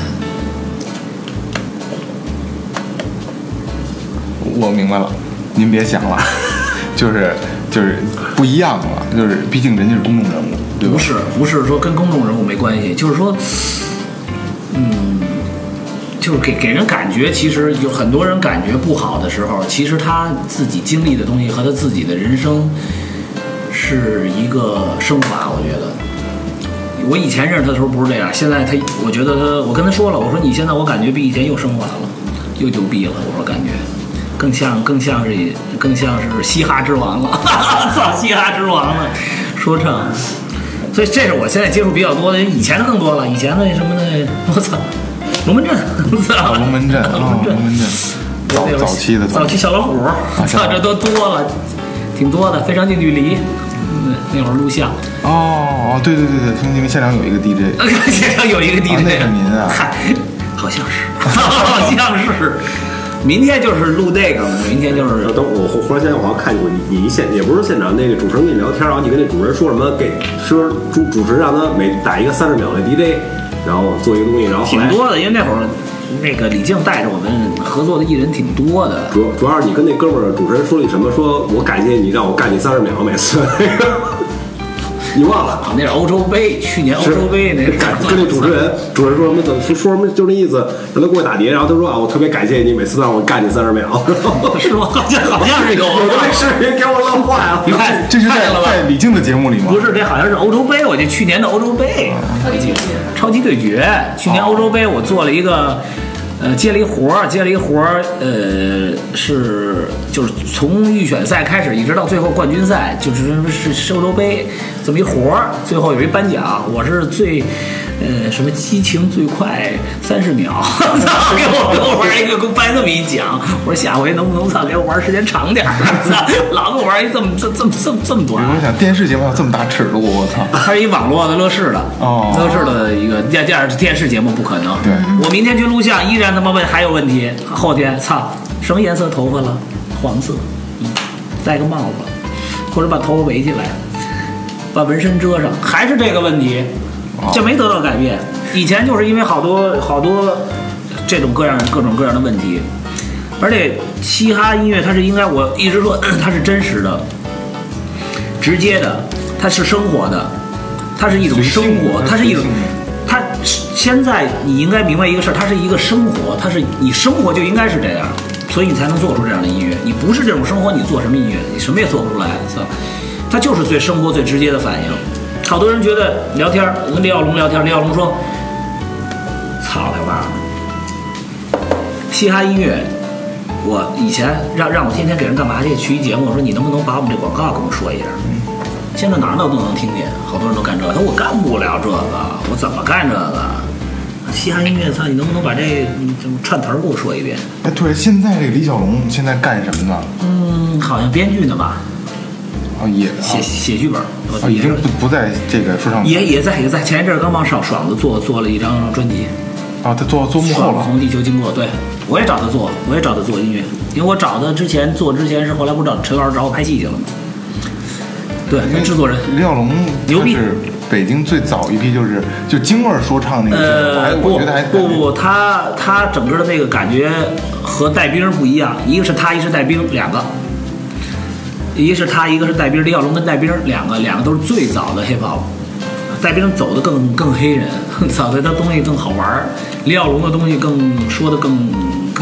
我明白了，您别想了，就是就是不一样了，就是毕竟人家是公众人物，对吧？ 不是不是说跟公众人物没关系，就是说，嗯。就是给给人感觉，其实有很多人感觉不好的时候，其实他自己经历的东西和他自己的人生是一个升华。我觉得，我以前认识他的时候不是这样，现在他，我觉得他，我跟他说了，我说你现在我感觉比以前又升华了，又牛逼了。我说感觉更像更像是更像是嘻哈之王了，操嘻哈之王了，说唱。所以这是我现在接触比较多的，以前的更多了，以前的什么的，我操。龙门阵， 啊，龙门阵，龙门阵，龙门阵，早早期的， 早期小老虎，操，这都多了，挺多的，非常近距离，嗯，那会儿录像。 哦哦，对对对对，听听现场有一个 D J， 现场有一个 D J，、啊、 那是您啊？ 嗨，好像是，好像是。明天就是录这个，明天就是。 等我忽然间我好像看见过你，你现也不是现场那个主持人跟你聊天，然后你跟那主持人说什么，给说主主持人让他每打一个三十秒的 D J。然后做一个东西，然后挺多的，因为那会儿那个李静带着我们合作的艺人挺多的。 主主要是你跟那哥们儿主持人说了什么？说我感谢你让我干你三十秒，每次你忘了？ 啊，那是欧洲杯，去年欧洲杯那是。 跟那主持人，主持人说什么？怎么说什么？就那意思，让他给我打碟。然后他说啊，我特别感谢你，每次让我干你三十秒。 是吗？好像好像是有。 有这视频给我乐坏了。 你看， 这是在在李静的节目里吗？ 不是，这好像是欧洲杯，我记得去年的欧洲杯。 超级对决。 超级对决，去年欧洲杯我做了一个。呃，接了一活儿，接了一活儿，呃，是就是从预选赛开始，一直到最后冠军赛，就是是欧洲杯这么一活儿。最后有一颁奖，我是最，呃，什么激情最快三十秒，操，给我给我玩一个，给我颁这么一奖。我说下回能不能操给我玩时间长点儿？操，老给我玩一这么这这么这么这么短。 我想电视节目有这么大尺度，我操！ 它是一网络的乐视的， 哦， 乐视的一个电电电视节目不可能。 对， 我明天去录像依然。他妈问还有问题，后天操什么颜色头发了？黄色，嗯，戴个帽子，或者把头发围起来，把纹身遮上，还是这个问题，这没得到改变。以前就是因为好多好多这种各样各种各样的问题，而且嘻哈音乐它是应该，我一直说它是真实的、直接的，它是生活的，它是一种生活，它是一种。它现在你应该明白一个事儿，它是一个生活，它是你生活就应该是这样，所以你才能做出这样的音乐。你不是这种生活，你做什么音乐？你什么也做不出来，是吧？它就是最生活、最直接的反应。好多人觉得聊天，我跟李小龙聊天，李小龙说：“操他妈的，嘻哈音乐，我以前让让我天天给人干嘛去？去一节目，我说你能不能把我们这广告跟我说一下？”现在哪儿哪都能听见，好多人都干这个。他说我干不了这个，我怎么干这个？嘻哈音乐，操，你能不能把这这串词儿给我说一遍？ 哎，对，现在这个李小龙现在干什么呢？ 嗯，好像编剧呢吧？ 哦，也写写剧本。 哦，已经不不在这个说唱。 也也在也在前一阵刚帮少爽子做做了一张专辑。 啊，他做做幕后了。 从地球经过，对，我也找他做，我也找他做音乐，因为我找他之前做之前是后来不是找陈老师找我拍戏去了吗？对，跟制作人李小龙牛逼， 是北京最早一批，就是就京味说唱那个。 呃， 我觉得还不不不，他他整个的那个感觉和带兵不一样，一个是他，一个是带兵，两个，一个是他，一个是带兵。李小龙跟带兵两个，两个都是最早的 hip hop， 带兵走的更更黑人，早的他东西更好玩，李小龙的东西更说的更更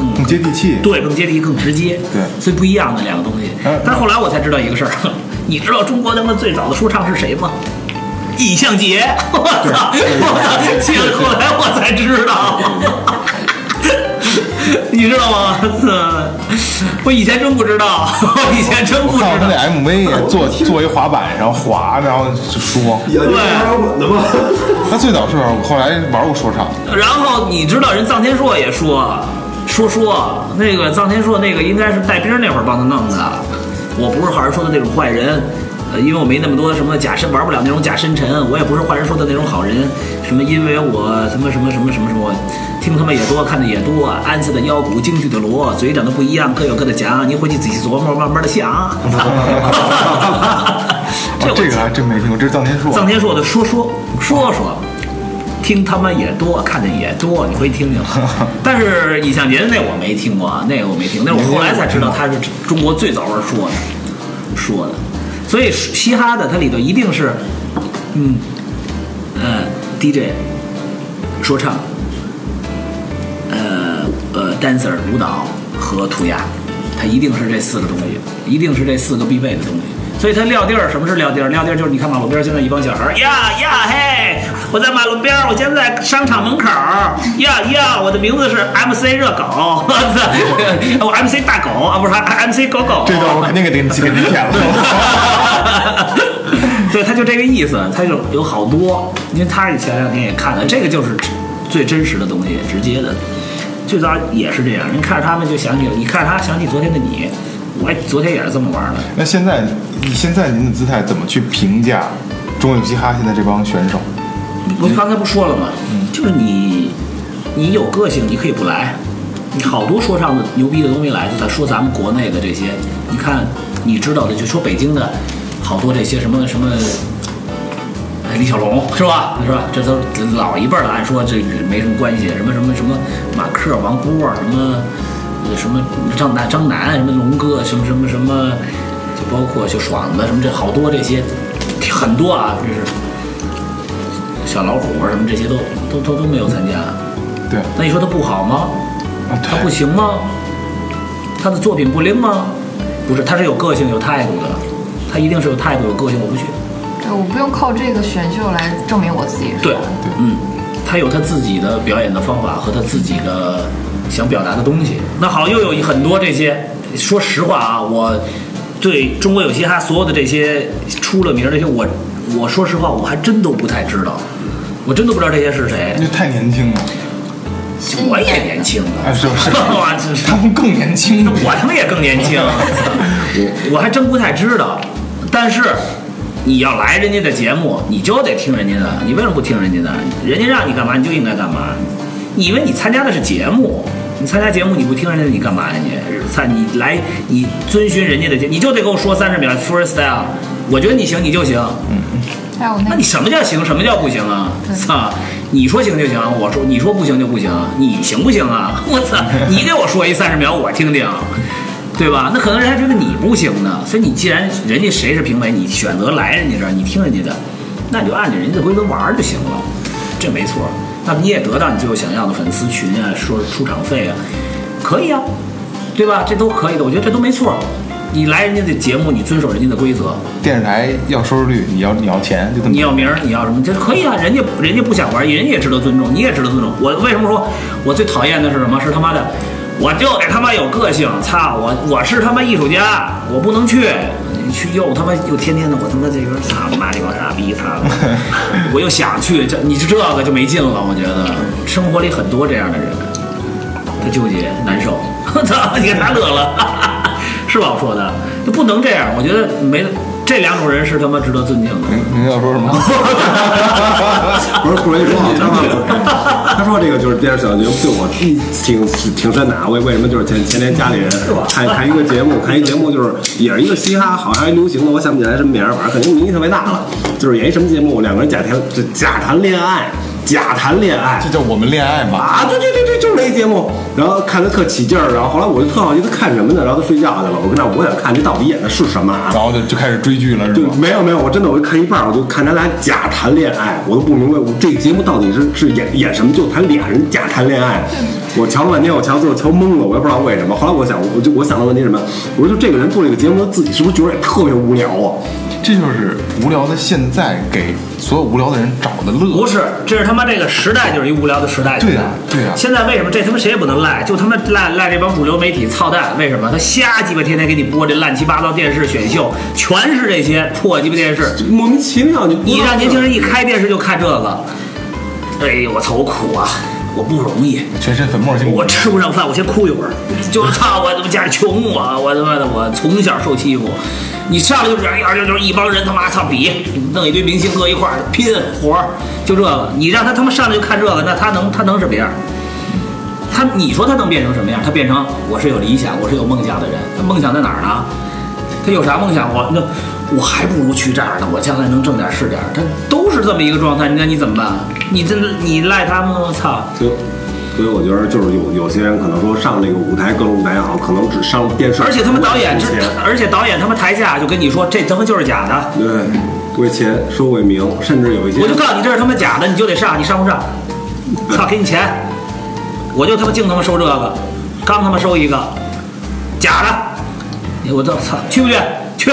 更更接地气， 对，更接地气，更直接， 对， 所以不一样的两个东西。 嗯、 但后来我才知道一个事儿，你知道中国他妈最早的说唱是谁吗？易向杰，我操！其实后来我才知道，你知道吗？我以前真不知道，我以前真不知道。 看他那 M V 坐坐一滑板上滑，然后就说， 对，滚的吗？ 他最早是后来玩过说唱。 然后你知道人臧天朔也说说说那个臧天朔那个应该是带兵那会儿帮他弄的，我不是好人说的那种坏人。呃，因为我没那么多什么假深，玩不了那种假深沉，我也不是坏人说的那种好人。什么因为我什么什么什么什么什么，听他们也多，看的也多，安斯的腰鼓，京剧的锣，嘴长得不一样，各有各的讲，你回去仔细琢磨，慢慢的想。 这这个还真没听过，这是臧天朔。 臧天朔的说说说说，听他们也多，看的也多，你回去听听。但是易向杰那我没听过，那个我没听，那我后来才知道他是中国最早玩说的说的。所以嘻哈的它里头一定是，嗯，呃 ，D J， 说唱，呃呃 ，dancer 舞蹈和涂鸦，它一定是这四个东西，一定是这四个必备的东西。所以它撂地儿，什么是撂地儿？撂地儿就是你看马路边现在一帮小孩呀呀嘿，我在马路边，我现在在商场门口呀呀，我的名字是 M C 热狗，我 M C 大狗啊，不是 M C 狗狗。 这段我肯定给您给您剪了。 对，他就这个意思，他就有好多，因为他前两天也看了，这个就是最真实的东西，直接的。最早也是这样，您看着他们就想起了，你看着他想起昨天的你。我昨天也是这么玩的。 那现在，现在您的姿态怎么去评价中有嘻哈现在这帮选手？ 我刚才不说了吗？嗯，就是你，你有个性，你可以不来。你好多说唱的牛逼的东西来，就在说咱们国内的这些。你看，你知道的，就说北京的，好多这些什么什么，李小龙是吧？是吧？这都老一辈的，按说这没什么关系。什么什么什么马克、王波什么。什么张南、张楠，什么龙哥，什么什么什么，就包括就爽子，什么这好多这些，很多啊，这是小老虎什么这些都都都都没有参加。 对， 那你说他不好吗？ 啊， 他不行吗？他的作品不灵吗？不是，他是有个性、有态度的，他一定是有态度、有个性。我不去， 对，我不用靠这个选秀来证明我自己。 对，嗯，他有他自己的表演的方法和他自己的。想表达的东西。那好，又有很多这些。说实话啊，我对中国有嘻哈所有的这些出了名的这些，我我说实话，我还真都不太知道，我真都不知道这些是谁。 那太年轻了。 我也年轻了， 啊，是是， 是他们更年轻， 我他妈也更年轻，我我还真不太知道。但是你要来人家的节目，你就得听人家的，你为什么不听人家的？人家让你干嘛，你就应该干嘛。你以为你参加的是节目，你参加节目你不听人家，你干嘛呀？你参你来，你遵循人家的节，你就得给我说三十秒 freestyle。我觉得你行，你就行。嗯， 还有那， 那你什么叫行？什么叫不行啊？操！你说行就行，我说你说不行就不行，你行不行啊？我操！你给我说一三十秒，我听听，对吧？那可能人家觉得你不行呢，所以你既然人家谁是评委，你选择来人家这儿，你听人家的，那你就按照人家的规则玩就行了，这没错。那你也得到你最后想要的粉丝群啊，说出场费啊，可以啊，对吧？这都可以的，我觉得这都没错。你来人家的节目，你遵守人家的规则。 电视台要收视率，你要你要钱，就这么。 你要名儿，你要什么？这可以啊，人家人家不想玩，人家也值得尊重，你也值得尊重。我为什么说我最讨厌的是什么？是他妈的，我就得他妈有个性，操我我是他妈艺术家，我不能去。你去又他妈又天天的，我他妈这边操妈这帮傻逼，操！我又想去，这你这个就没劲了。我觉得生活里很多这样的人，他纠结难受。我操！你看他乐了，是吧？我说的就不能这样。我觉得没这两种人是他妈值得尊敬的。 您您要说什么？ 不是，不是说好，他说这个就是电视小节目，对我挺挺深的啊。为为什么就是前前天家里人看看一个节目，看一节目就是也是一个嘻哈，好像还流行的，我想不起来什么名儿，反正肯定名气特别大了。就是演一什么节目，两个人假谈假谈恋爱， 假谈恋爱这叫我们恋爱嘛？ 啊，对对对对，就是那节目，然后看得特起劲儿，然后后来我就特好奇他看什么呢，然后他睡觉去了，我跟那我想看这到底演的是什么啊？ 然后就就开始追剧了，是对， 吗？ 没有没有，我真的我就看一半，我就看他俩假谈恋爱，我都不明白我这个节目到底是是演演什么，就谈俩人假谈恋爱。我瞧了半天，我瞧最后瞧懵了，我也不知道为什么。后来我想，我就我想到问题是什么？我说就这个人做这个节目，他自己是不是觉得也特别无聊啊？ 这就是无聊的现在给所有无聊的人找的乐。 不是，这是他妈这个时代就是一无聊的时代。 对呀对呀现在为什么这他妈谁也不能赖？就他妈赖赖这帮主流媒体操蛋。为什么？他瞎鸡巴天天给你播这乱七八糟电视选秀，全是这些破鸡巴电视。 莫名其妙，你你让年轻人一开电视就看这个，哎呦我操，我苦啊！我不容易， 全身粉末性。 我吃不上饭，我先哭一会儿。就操，我他妈家里穷我，我他妈的我从小受欺负。你上来就这样，就就是一帮人他妈操比，弄一堆明星搁一块儿拼活儿，就这个。你让他他妈上来就看这个，那他能他能什么样？他你说他能变成什么样？他变成我是有理想，我是有梦想的人。他梦想在哪儿呢？他有啥梦想？我那我还不如去这儿呢，我将来能挣点是点儿。他都是这么一个状态，那你怎么办？你真的你赖他们？我操！ 就所以我觉得就是有有些人可能说上这个舞台各种舞台也好，可能只上电视， 而且他们导演， 为钱而且导演他们台下就跟你说这他妈就是假的。 对为钱收为名，甚至有一些我就告诉你这是他妈假的，你就得上，你上不上？操，给你钱，我就他妈净他妈收这个，刚他妈收一个假的，我操操，去不去？去。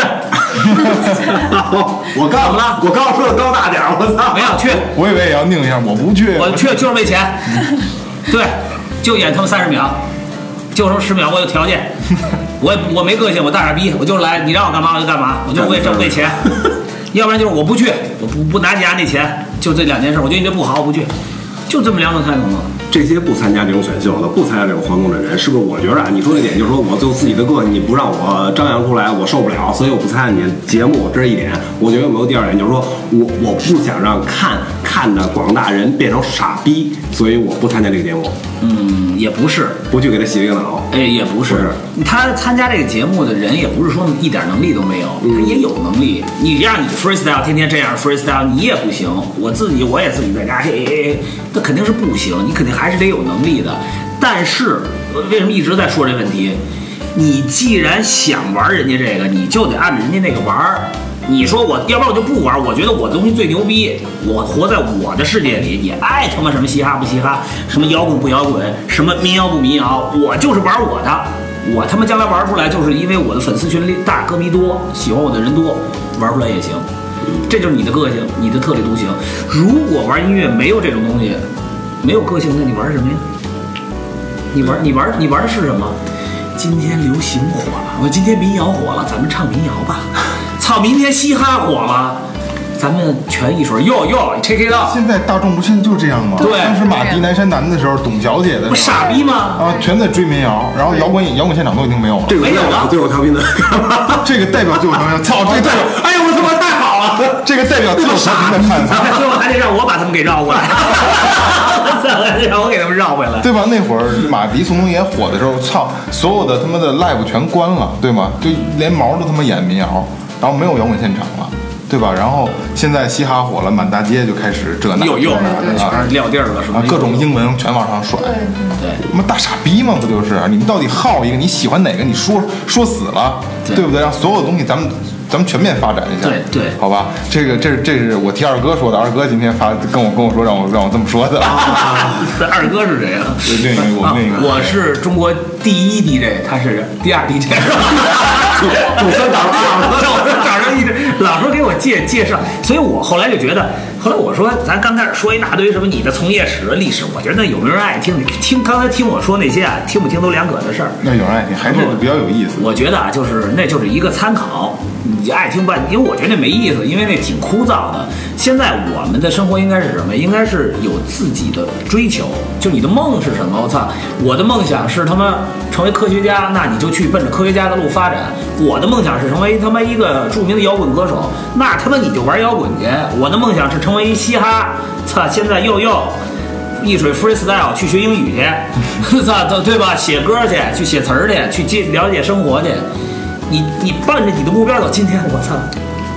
我刚怎么了我刚说的高大点儿，我操， 没有去， 我以为也要拧一下，我不去。 我去就是为钱。对，就演他们三十秒，就说十秒，我有条件，我也我没个性，我大傻逼，我就来，你让我干嘛我就干嘛，我就为这为钱。要不然就是我不去，我不不拿你家那钱，就这两件事，我觉得你这不好，我不去，就这么两种态度嘛。 这些不参加这种选秀的、不参加这种活动的人，是不是？我觉得啊，你说那点就是说我就自己的个性，你不让我张扬出来，我受不了，所以我不参加你的节目，这是一点。我觉得有没有第二点，就是说我我不想让看看的广大人变成傻逼，所以我不参加这个节目， 嗯，也不是， 不去给他洗一个脑。 哎，也不是， 不是他参加这个节目的人也不是说一点能力都没有，他也有能力。你让你 freestyle 天天这样 freestyle， 你也不行。我自己我也自己在家，嘿嘿嘿，那肯定是不行。你肯定还是得有能力的。但是为什么一直在说这问题？你既然想玩人家这个，你就得按着人家那个玩。你说我要不然我就不玩，我觉得我的东西最牛逼，我活在我的世界里，你爱他妈什么嘻哈不嘻哈，什么摇滚不摇滚，什么民谣不民谣，我就是玩我的，我他妈将来玩出来，就是因为我的粉丝群里大，歌迷多，喜欢我的人多，玩出来也行，这就是你的个性，你的特立独行。如果玩音乐没有这种东西，没有个性，那你玩什么呀？你玩你玩你玩的是什么？今天流行火了，我今天民谣火了，咱们唱民谣吧。操，明天嘻哈火了，咱们全一水哟哟 ，check it out。 现在大众不现在就这样吗？ 对当时马迪南山南的时候，董小姐的不时候傻逼吗？ 啊，全在追民谣，然后摇滚摇滚现场都已经没有了。 这个没有了最后调频的， 这个代表最后调频，操，这个代表， 哎呀，我他妈太好了！ 这个代表最后调频的看法， 最后还得让我把他们给绕过来，让我给他们绕回来。 对吧？那会儿马迪宋冬野火的时候，操，所有的他妈的 live 全关了，对吗？就连毛都他妈演民谣，然后没有摇滚现场了。对吧？然后现在嘻哈火了，满大街就开始这那又又那的全啊是撂地儿了，是吧？ 啊，各种英文全往上甩， 对， 他妈大傻逼嘛，不就是？你们到底好一个？你喜欢哪个？你说说死了， 对对不对？让所有东西咱们咱们全面发展一下， 对对好吧？这个这是这是我替二哥说的，二哥今天发跟我跟我说让我让我这么说的。 这二哥是谁啊？ 另一个我们另一个， 我是中国第一 D J， 他是第二 D J， 总算找着了， 我就找着一直老说给我介介绍，所以我后来就觉得，后来我说咱刚开始说一大堆什么你的从业史、历史，我觉得有没有人爱听？你听刚才听我说那些啊，听不听都两可的事儿。 那有人爱听，还是比较有意思。 我觉得啊，就是那就是一个参考，你爱听吧，因为我觉得那没意思，因为那挺枯燥的。现在我们的生活应该是什么？应该是有自己的追求，就你的梦是什么？我操，我的梦想是他妈成为科学家，那你就去奔着科学家的路发展。我的梦想是成为他妈一个著名的摇滚歌手，那他妈你就玩摇滚去。我的梦想是成为一嘻哈，操，现在又又一水 freestyle 去学英语去，操，对吧？写歌去，去写词儿去，去接了解生活去。你你奔着你的目标走，今天我操，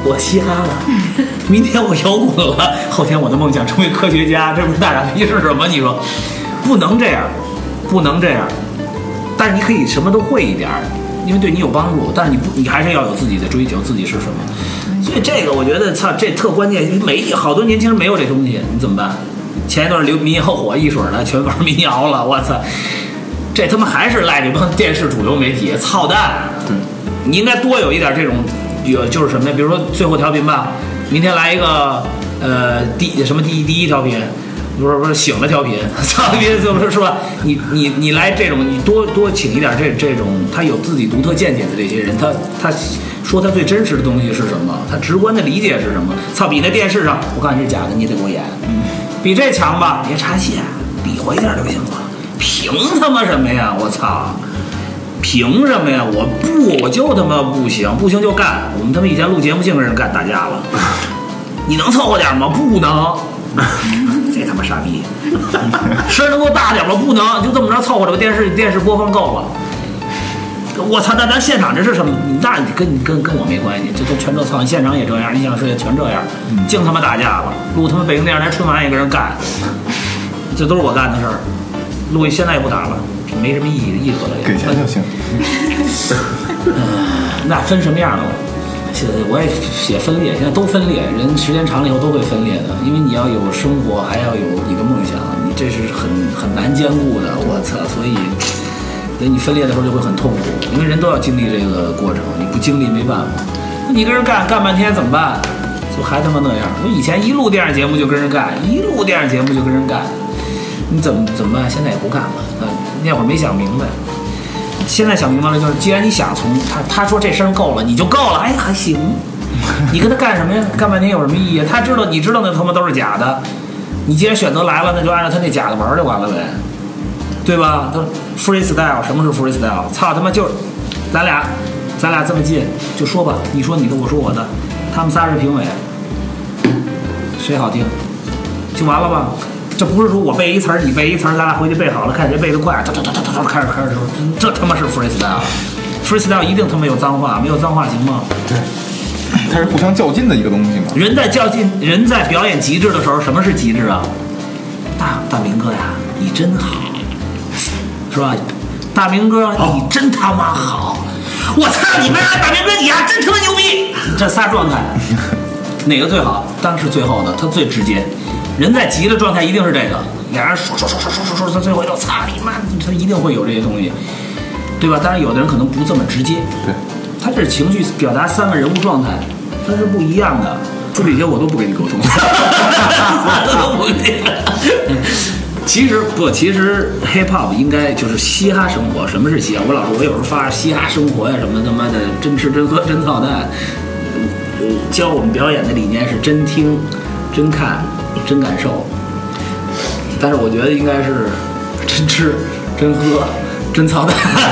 我嘻哈了，明天我摇滚了，后天我的梦想成为科学家，这不是大傻逼是什么？你说，不能这样，不能这样。但是你可以什么都会一点儿，因为对你有帮助。但是你不，你还是要有自己的追求，自己是什么。所以这个我觉得，操，这特关键。没好多年轻人没有这东西，你怎么办？前一段流民谣火一水的，全玩民谣了，我操！这他妈还是赖这帮电视主流媒体，操蛋！ 对， 你应该多有一点这种，有就是什么呀？比如说最后调频吧，明天来一个呃第什么第一第一调频。不是不是醒了调频，操别就是是吧？你你你来这种，你多多请一点这这种他有自己独特见解的这些人，他他说他最真实的东西是什么？他直观的理解是什么？操，比那电视上我告诉你是假的，你得给我演，嗯，比这强吧？别插线，比划一下就行了。凭他妈什么呀？我操！凭什么呀？我不，我就他妈不行，不行就干。我们他妈以前录节目净跟人干打架了，你能凑合点吗？不能。这他妈傻逼！声能够大点吗？不能，就这么着凑合着，电视电视播放够了。我操，那咱现场这是什么？那你跟你跟跟我没关系，这都全这操，你现场也这样，你想说也全这样，净他妈打架了。录他妈北京电视台春晚也跟人干，这都是我干的事儿。录现在也不打了，没什么意义意思了。 给钱就行。 呃，那分什么样的？现在我也也分裂，现在都分裂，人时间长了以后都会分裂的，因为你要有生活，还要有一个梦想，你这是很很难兼顾的。我操，所以等你分裂的时候就会很痛苦，因为人都要经历这个过程，你不经历没办法。你跟人干干半天怎么办？就还他妈那样。我以前一录电视节目就跟人干，一录电视节目就跟人干，你怎么怎么办？现在也不干了，啊，那会儿没想明白。现在想明白了，就是既然你想从他他说这声够了，你就够了，哎还行，你跟他干什么呀？干半天有什么意义？他知道你知道那他妈都是假的，你既然选择来了，那就按照他那假的玩就完了呗，对吧？他 freestyle 什么是 freestyle？ 操他妈就是咱俩咱俩这么近，就说吧，你说你的，我说我的，他们仨是评委，谁好听就完了吧？这不是说我背一词儿，你背一词儿，咱俩回去背好了，看谁背得快，哒哒哒哒哒开始开始，这他妈是 freestyle。freestyle 一定他妈有脏话，没有脏话行吗？ 对，它是互相较劲的一个东西嘛。 人在较劲，人在表演极致的时候，什么是极致啊？大大明哥呀，你真好，是吧？大明哥，你真他妈好！我操你妈！大明哥，你呀真他妈牛逼！这仨状态，哪个最好？当然是最后的，他最直接。人在急的状态一定是这个，俩人说说说说说说说，他最后一道，操你妈，他一定会有这些东西，对吧？当然有的人可能不这么直接， 对， 他这是情绪表达三个人物状态，它是不一样的。这里些我都不跟你沟通，都不跟你。其实不，其实 hip hop 应该就是嘻哈生活。什么是嘻哈？我老说，我有时候发嘻哈生活呀，什么他妈的真吃真喝真操蛋。呃，教我们表演的理念是真听、真看、真感受。但是我觉得应该是真吃、真喝、真操蛋。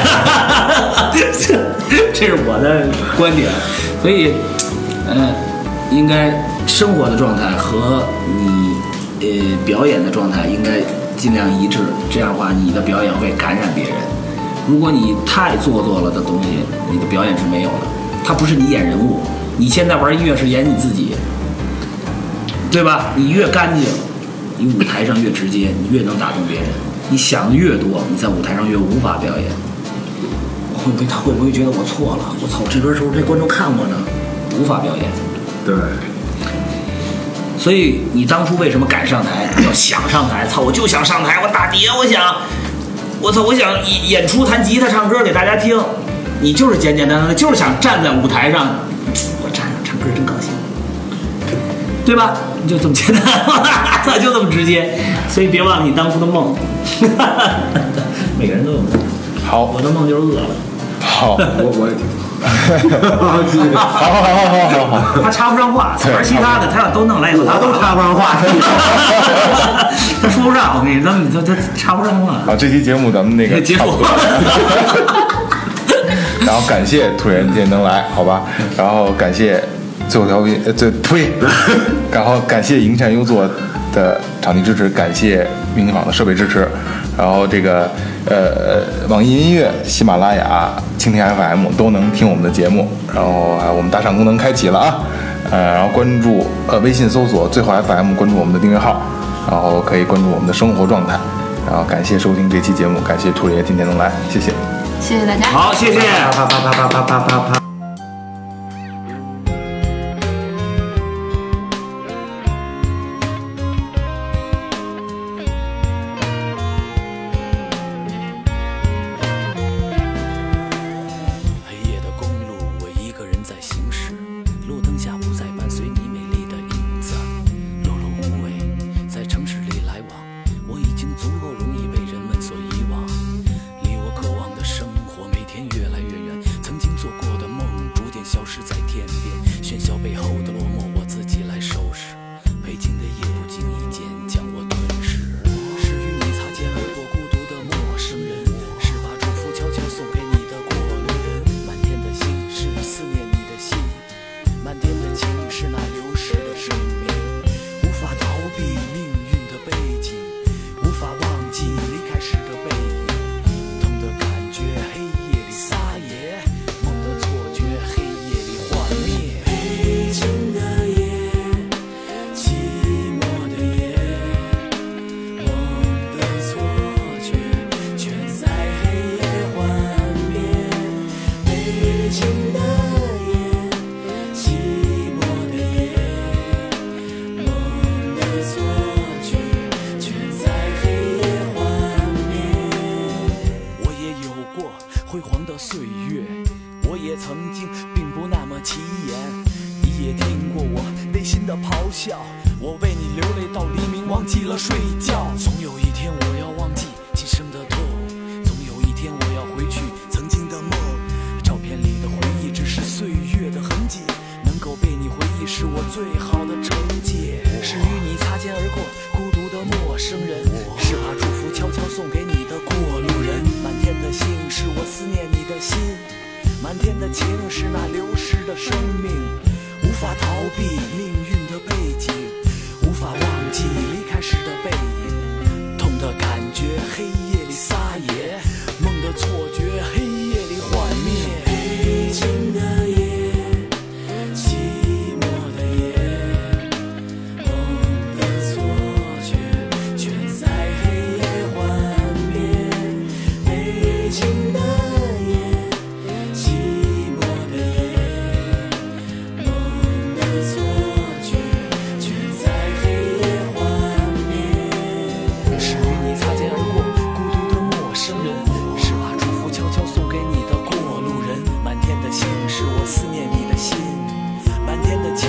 这是我的观点。所以，呃，应该生活的状态和你呃表演的状态应该尽量一致，这样的话你的表演会感染别人。如果你太做作了的东西，你的表演是没有的。它不是你演人物，你现在玩音乐是演你自己，对吧？你越干净，你舞台上越直接，你越能打动别人。你想的越多，你在舞台上越无法表演。会不会他会不会觉得我错了？我操，这歌是不是这观众看过呢？无法表演。 对。 所以你当初为什么敢上台？要想上台，操，我就想上台，我打碟，我想，我操，我想演出弹吉他唱歌给大家听。你就是简简单单的，就是想站在舞台上，我站上唱歌真高兴，对吧？你就这么简单，操，就这么直接。所以别忘了你当初的梦。每个人都有梦。 好， 我的梦就是饿了。 好， 我我也挺。 好好好好好好， 他插不上话，玩其他的，他要都弄来以后，他都插不上话， 他说不上。我跟你说，他他插不上话。 啊，这期节目咱们那个结束。 然后感谢突然间能来，好吧？然后感谢最后调频，呃，最推，然后感谢营善优作的场地支持，感谢明星坊的设备支持。然后这个呃，网易音乐、喜马拉雅、蜻蜓 F M 都能听我们的节目。然后啊，我们打赏功能开启了啊！ 呃，然后关注呃微信搜索最后 F M， 关注我们的订阅号，然后可以关注我们的生活状态。然后感谢收听这期节目，感谢兔爷今天能来，谢谢， 谢谢大家。 好，谢谢。 啪啪啪啪啪啪啪啪。 我为你流泪到黎明，忘记了睡觉。总有一天我要忘记今生的痛，总有一天我要回去曾经的梦。照片里的回忆只是岁月的痕迹，能够被你回忆是我最好的成绩。是与你擦肩而过孤独的陌生人，是把祝福悄悄送给你的过路人。满天的星是我思念你的心，满天的情是那流逝的生命。无法逃避命运的背景，无法忘记离开时的背影。痛的感觉黑夜里撒野，梦的错觉黑夜里幻灭。北京的夜，寂寞的夜，梦的错觉全在黑夜幻灭。北京的夜，寂寞的夜，梦的错觉全在黑夜幻灭。是与你擦肩而过孤独的陌生人，是把祝福悄悄送给你的过路人。满天的星是我思念你的心，满天的